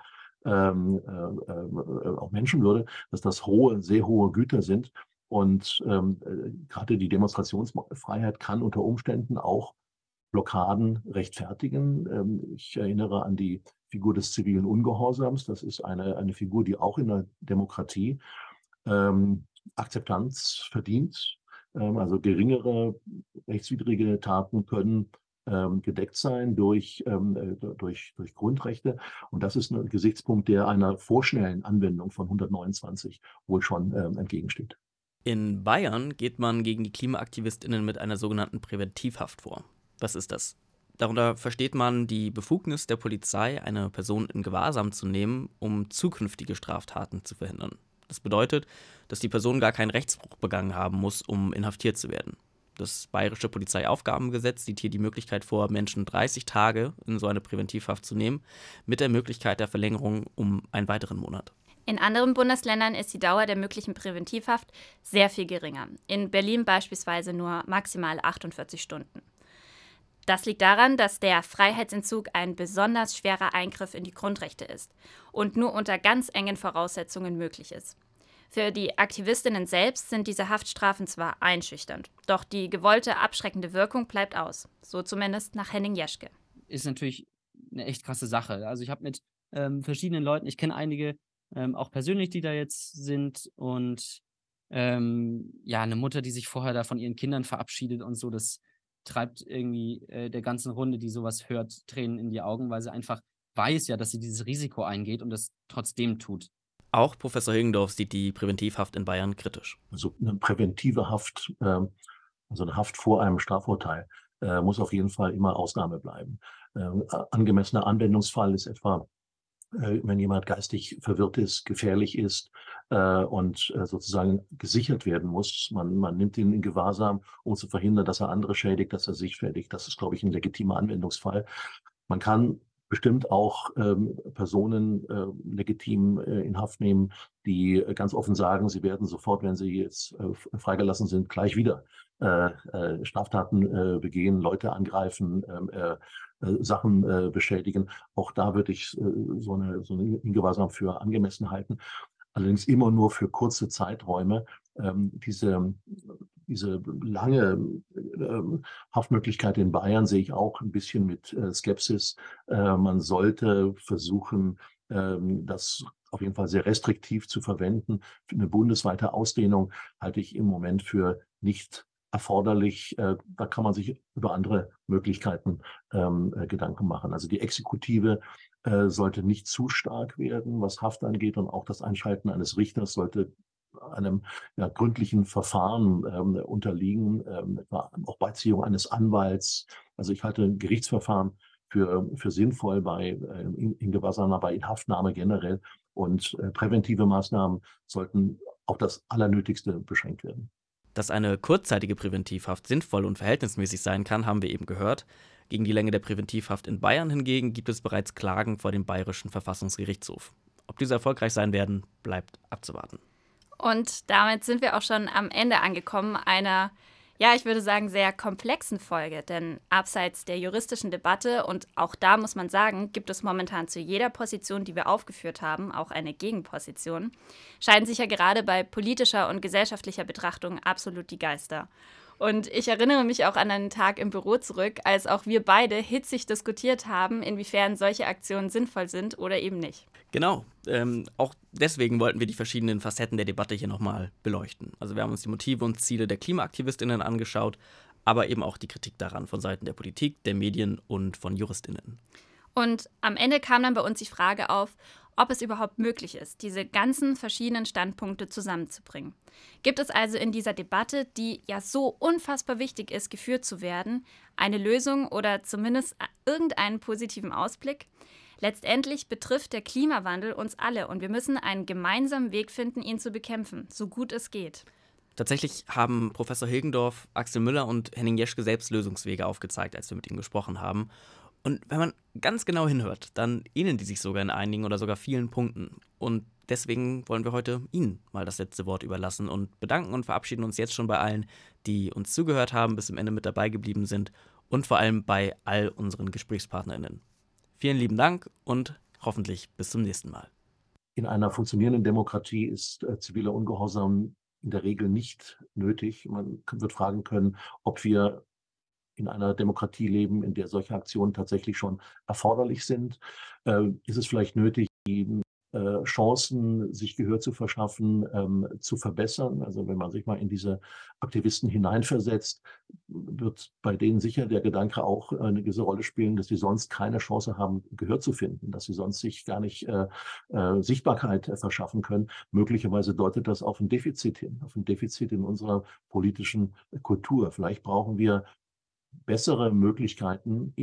auch Menschenwürde, dass das sehr hohe Güter sind. Und gerade die Demonstrationsfreiheit kann unter Umständen auch Blockaden rechtfertigen. Ich erinnere an die Figur des zivilen Ungehorsams. Das ist eine Figur, die auch in der Demokratie Akzeptanz verdient. Also geringere rechtswidrige Taten können gedeckt sein durch Grundrechte. Und das ist ein Gesichtspunkt, der einer vorschnellen Anwendung von 129 wohl schon entgegensteht. In Bayern geht man gegen die KlimaaktivistInnen mit einer sogenannten Präventivhaft vor. Was ist das? Darunter versteht man die Befugnis der Polizei, eine Person in Gewahrsam zu nehmen, um zukünftige Straftaten zu verhindern. Das bedeutet, dass die Person gar keinen Rechtsbruch begangen haben muss, um inhaftiert zu werden. Das Bayerische Polizeiaufgabengesetz sieht hier die Möglichkeit vor, Menschen 30 Tage in so eine Präventivhaft zu nehmen, mit der Möglichkeit der Verlängerung um einen weiteren Monat. In anderen Bundesländern ist die Dauer der möglichen Präventivhaft sehr viel geringer. In Berlin beispielsweise nur maximal 48 Stunden. Das liegt daran, dass der Freiheitsentzug ein besonders schwerer Eingriff in die Grundrechte ist und nur unter ganz engen Voraussetzungen möglich ist. Für die Aktivistinnen selbst sind diese Haftstrafen zwar einschüchternd, doch die gewollte abschreckende Wirkung bleibt aus. So zumindest nach Henning Jeschke. Ist natürlich eine echt krasse Sache. Also ich habe mit verschiedenen Leuten, ich kenne einige auch persönlich, die da jetzt sind und eine Mutter, die sich vorher da von ihren Kindern verabschiedet und so, das treibt irgendwie der ganzen Runde, die sowas hört, Tränen in die Augen, weil sie einfach weiß ja, dass sie dieses Risiko eingeht und das trotzdem tut. Auch Professor Hilgendorf sieht die Präventivhaft in Bayern kritisch. Also eine präventive Haft, also eine Haft vor einem Strafurteil, muss auf jeden Fall immer Ausnahme bleiben. Angemessener Anwendungsfall ist etwa, wenn jemand geistig verwirrt ist, gefährlich ist und sozusagen gesichert werden muss. Man nimmt ihn in Gewahrsam, um zu verhindern, dass er andere schädigt, dass er sich schädigt. Das ist, glaube ich, ein legitimer Anwendungsfall. Man kann bestimmt auch Personen legitim in Haft nehmen, die ganz offen sagen, sie werden sofort, wenn sie jetzt freigelassen sind, gleich wieder Straftaten begehen, Leute angreifen, Sachen beschädigen. Auch da würde ich so eine Ingewahrsam für angemessen halten. Allerdings immer nur für kurze Zeiträume. Diese lange Haftmöglichkeit in Bayern sehe ich auch ein bisschen mit Skepsis. Man sollte versuchen, das auf jeden Fall sehr restriktiv zu verwenden. Eine bundesweite Ausdehnung halte ich im Moment für nicht erforderlich. Da kann man sich über andere Möglichkeiten Gedanken machen. Also die Exekutive sollte nicht zu stark werden, was Haft angeht, und auch das Einschalten eines Richters sollte einem gründlichen Verfahren unterliegen, etwa auch Beiziehung eines Anwalts. Also ich halte Gerichtsverfahren für sinnvoll bei Ingewahrsam, bei Inhaftnahme generell, und präventive Maßnahmen sollten auf das Allernötigste beschränkt werden. Dass eine kurzzeitige Präventivhaft sinnvoll und verhältnismäßig sein kann, haben wir eben gehört. Gegen die Länge der Präventivhaft in Bayern hingegen gibt es bereits Klagen vor dem Bayerischen Verfassungsgerichtshof. Ob diese erfolgreich sein werden, bleibt abzuwarten. Und damit sind wir auch schon am Ende angekommen einer, ich würde sagen, sehr komplexen Folge. Denn abseits der juristischen Debatte, und auch da muss man sagen, gibt es momentan zu jeder Position, die wir aufgeführt haben, auch eine Gegenposition, scheiden sich ja gerade bei politischer und gesellschaftlicher Betrachtung absolut die Geister. Und ich erinnere mich auch an einen Tag im Büro zurück, als auch wir beide hitzig diskutiert haben, inwiefern solche Aktionen sinnvoll sind oder eben nicht. Genau, auch deswegen wollten wir die verschiedenen Facetten der Debatte hier nochmal beleuchten. Also wir haben uns die Motive und Ziele der KlimaaktivistInnen angeschaut, aber eben auch die Kritik daran von Seiten der Politik, der Medien und von JuristInnen. Und am Ende kam dann bei uns die Frage auf, ob es überhaupt möglich ist, diese ganzen verschiedenen Standpunkte zusammenzubringen. Gibt es also in dieser Debatte, die ja so unfassbar wichtig ist, geführt zu werden, eine Lösung oder zumindest irgendeinen positiven Ausblick? Letztendlich betrifft der Klimawandel uns alle und wir müssen einen gemeinsamen Weg finden, ihn zu bekämpfen, so gut es geht. Tatsächlich haben Professor Hilgendorf, Axel Müller und Henning Jeschke selbst Lösungswege aufgezeigt, als wir mit ihnen gesprochen haben. Und wenn man ganz genau hinhört, dann ähneln die sich sogar in einigen oder sogar vielen Punkten. Und deswegen wollen wir heute Ihnen mal das letzte Wort überlassen und bedanken und verabschieden uns jetzt schon bei allen, die uns zugehört haben, bis zum Ende mit dabei geblieben sind und vor allem bei all unseren GesprächspartnerInnen. Vielen lieben Dank und hoffentlich bis zum nächsten Mal. In einer funktionierenden Demokratie ist ziviler Ungehorsam in der Regel nicht nötig. Man wird fragen können, ob wir in einer Demokratie leben, in der solche Aktionen tatsächlich schon erforderlich sind. Ist es vielleicht nötig, die Chancen, sich Gehör zu verschaffen, zu verbessern? Also wenn man sich mal in diese Aktivisten hineinversetzt, wird bei denen sicher der Gedanke auch eine gewisse Rolle spielen, dass sie sonst keine Chance haben, Gehör zu finden, dass sie sonst sich gar nicht Sichtbarkeit verschaffen können. Möglicherweise deutet das auf ein Defizit hin, auf ein Defizit in unserer politischen Kultur. Vielleicht brauchen wir bessere Möglichkeiten,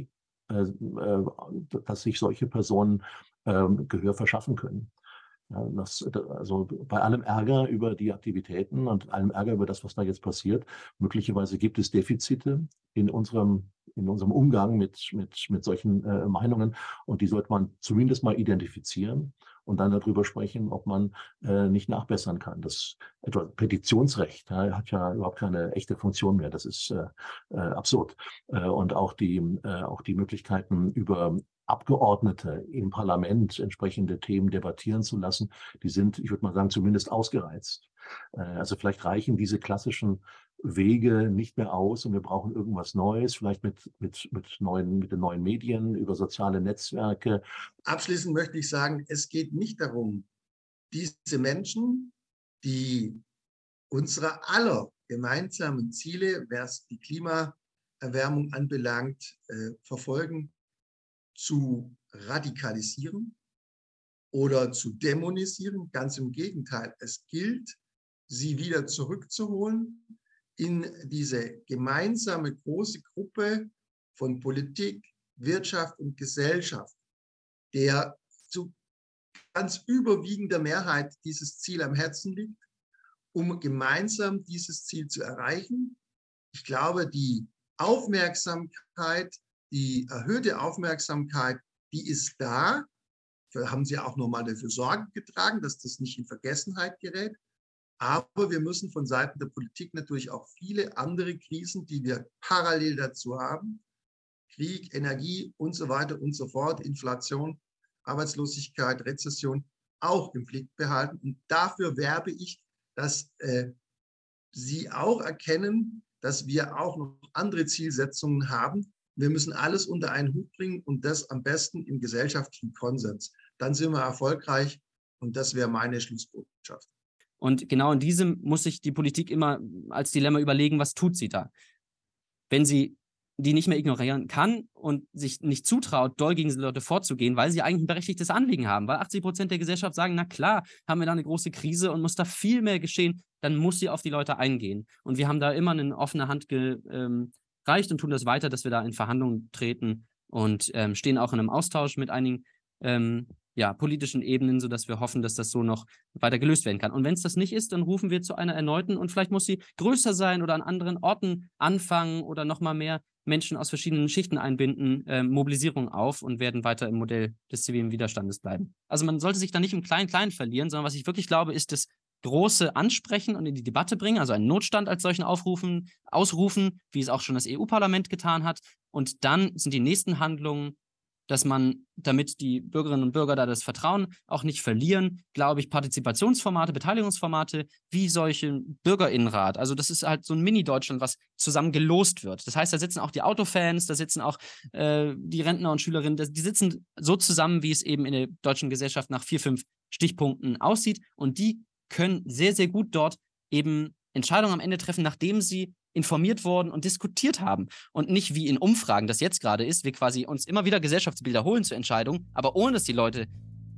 dass sich solche Personen Gehör verschaffen können. Ja, also bei allem Ärger über die Aktivitäten und allem Ärger über das, was da jetzt passiert, möglicherweise gibt es Defizite in unserem Umgang mit solchen Meinungen, und die sollte man zumindest mal identifizieren und dann darüber sprechen, ob man nicht nachbessern kann. Das etwa Petitionsrecht hat ja überhaupt keine echte Funktion mehr. Das ist absurd. Und auch die Möglichkeiten, über Abgeordnete im Parlament entsprechende Themen debattieren zu lassen, die sind, ich würde mal sagen, zumindest ausgereizt. Also vielleicht reichen diese klassischen Wege nicht mehr aus und wir brauchen irgendwas Neues, vielleicht mit den neuen Medien, über soziale Netzwerke. Abschließend möchte ich sagen, es geht nicht darum, diese Menschen, die unsere aller gemeinsamen Ziele, was die Klimaerwärmung anbelangt, verfolgen, zu radikalisieren oder zu dämonisieren. Ganz im Gegenteil, es gilt, sie wieder zurückzuholen in diese gemeinsame große Gruppe von Politik, Wirtschaft und Gesellschaft, der zu ganz überwiegender Mehrheit dieses Ziel am Herzen liegt, um gemeinsam dieses Ziel zu erreichen. Ich glaube, die erhöhte Aufmerksamkeit, die ist da. Da haben Sie auch nochmal dafür Sorge getragen, dass das nicht in Vergessenheit gerät. Aber wir müssen von Seiten der Politik natürlich auch viele andere Krisen, die wir parallel dazu haben, Krieg, Energie und so weiter und so fort, Inflation, Arbeitslosigkeit, Rezession, auch im Blick behalten. Und dafür werbe ich, dass Sie auch erkennen, dass wir auch noch andere Zielsetzungen haben. Wir müssen alles unter einen Hut bringen und das am besten im gesellschaftlichen Konsens. Dann sind wir erfolgreich und das wäre meine Schlussbotschaft. Und genau in diesem muss sich die Politik immer als Dilemma überlegen, was tut sie da? Wenn sie die nicht mehr ignorieren kann und sich nicht zutraut, doll gegen diese Leute vorzugehen, weil sie eigentlich ein berechtigtes Anliegen haben, weil 80% der Gesellschaft sagen, na klar, haben wir da eine große Krise und muss da viel mehr geschehen, dann muss sie auf die Leute eingehen. Und wir haben da immer eine offene Hand gereicht und tun das weiter, dass wir da in Verhandlungen treten und stehen auch in einem Austausch mit einigen politischen Ebenen, sodass wir hoffen, dass das so noch weiter gelöst werden kann. Und wenn es das nicht ist, dann rufen wir zu einer erneuten, und vielleicht muss sie größer sein oder an anderen Orten anfangen oder nochmal mehr Menschen aus verschiedenen Schichten einbinden, Mobilisierung auf und werden weiter im Modell des zivilen Widerstandes bleiben. Also man sollte sich da nicht im Klein-Klein verlieren, sondern was ich wirklich glaube, ist das große Ansprechen und in die Debatte bringen, also einen Notstand als solchen ausrufen, wie es auch schon das EU-Parlament getan hat. Und dann sind die nächsten Handlungen, dass man, damit die Bürgerinnen und Bürger da das Vertrauen auch nicht verlieren, glaube ich, Partizipationsformate, Beteiligungsformate wie solche Bürgerinnenrat. Also das ist halt so ein Mini-Deutschland, was zusammen gelost wird. Das heißt, da sitzen auch die Autofans, da sitzen auch die Rentner und Schülerinnen, die sitzen so zusammen, wie es eben in der deutschen Gesellschaft nach 4, 5 Stichpunkten aussieht. Und die können sehr, sehr gut dort eben Entscheidungen am Ende treffen, nachdem sie informiert worden und diskutiert haben und nicht wie in Umfragen, das jetzt gerade ist, wir quasi uns immer wieder Gesellschaftsbilder holen zur Entscheidung, aber ohne dass die Leute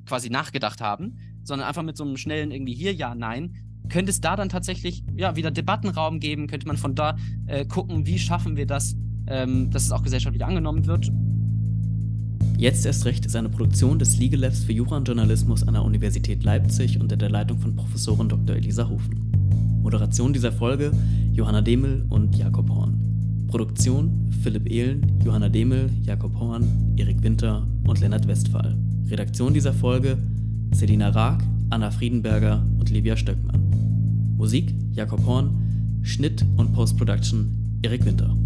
quasi nachgedacht haben, sondern einfach mit so einem schnellen irgendwie hier, ja, nein, könnte es da dann tatsächlich wieder Debattenraum geben? Könnte man von da gucken, wie schaffen wir das, dass es auch gesellschaftlich angenommen wird? Jetzt erst recht ist eine Produktion des Legal Labs für Jura und Journalismus an der Universität Leipzig unter der Leitung von Professorin Dr. Elisa Hofen. Moderation dieser Folge Johanna Demel und Jakob Horn. Produktion Philipp Ehlen, Johanna Demel, Jakob Horn, Erik Winter und Lennart Westphal. Redaktion dieser Folge Selina Raag, Anna Friedenberger und Livia Stöckmann. Musik Jakob Horn, Schnitt und Post-Production Erik Winter.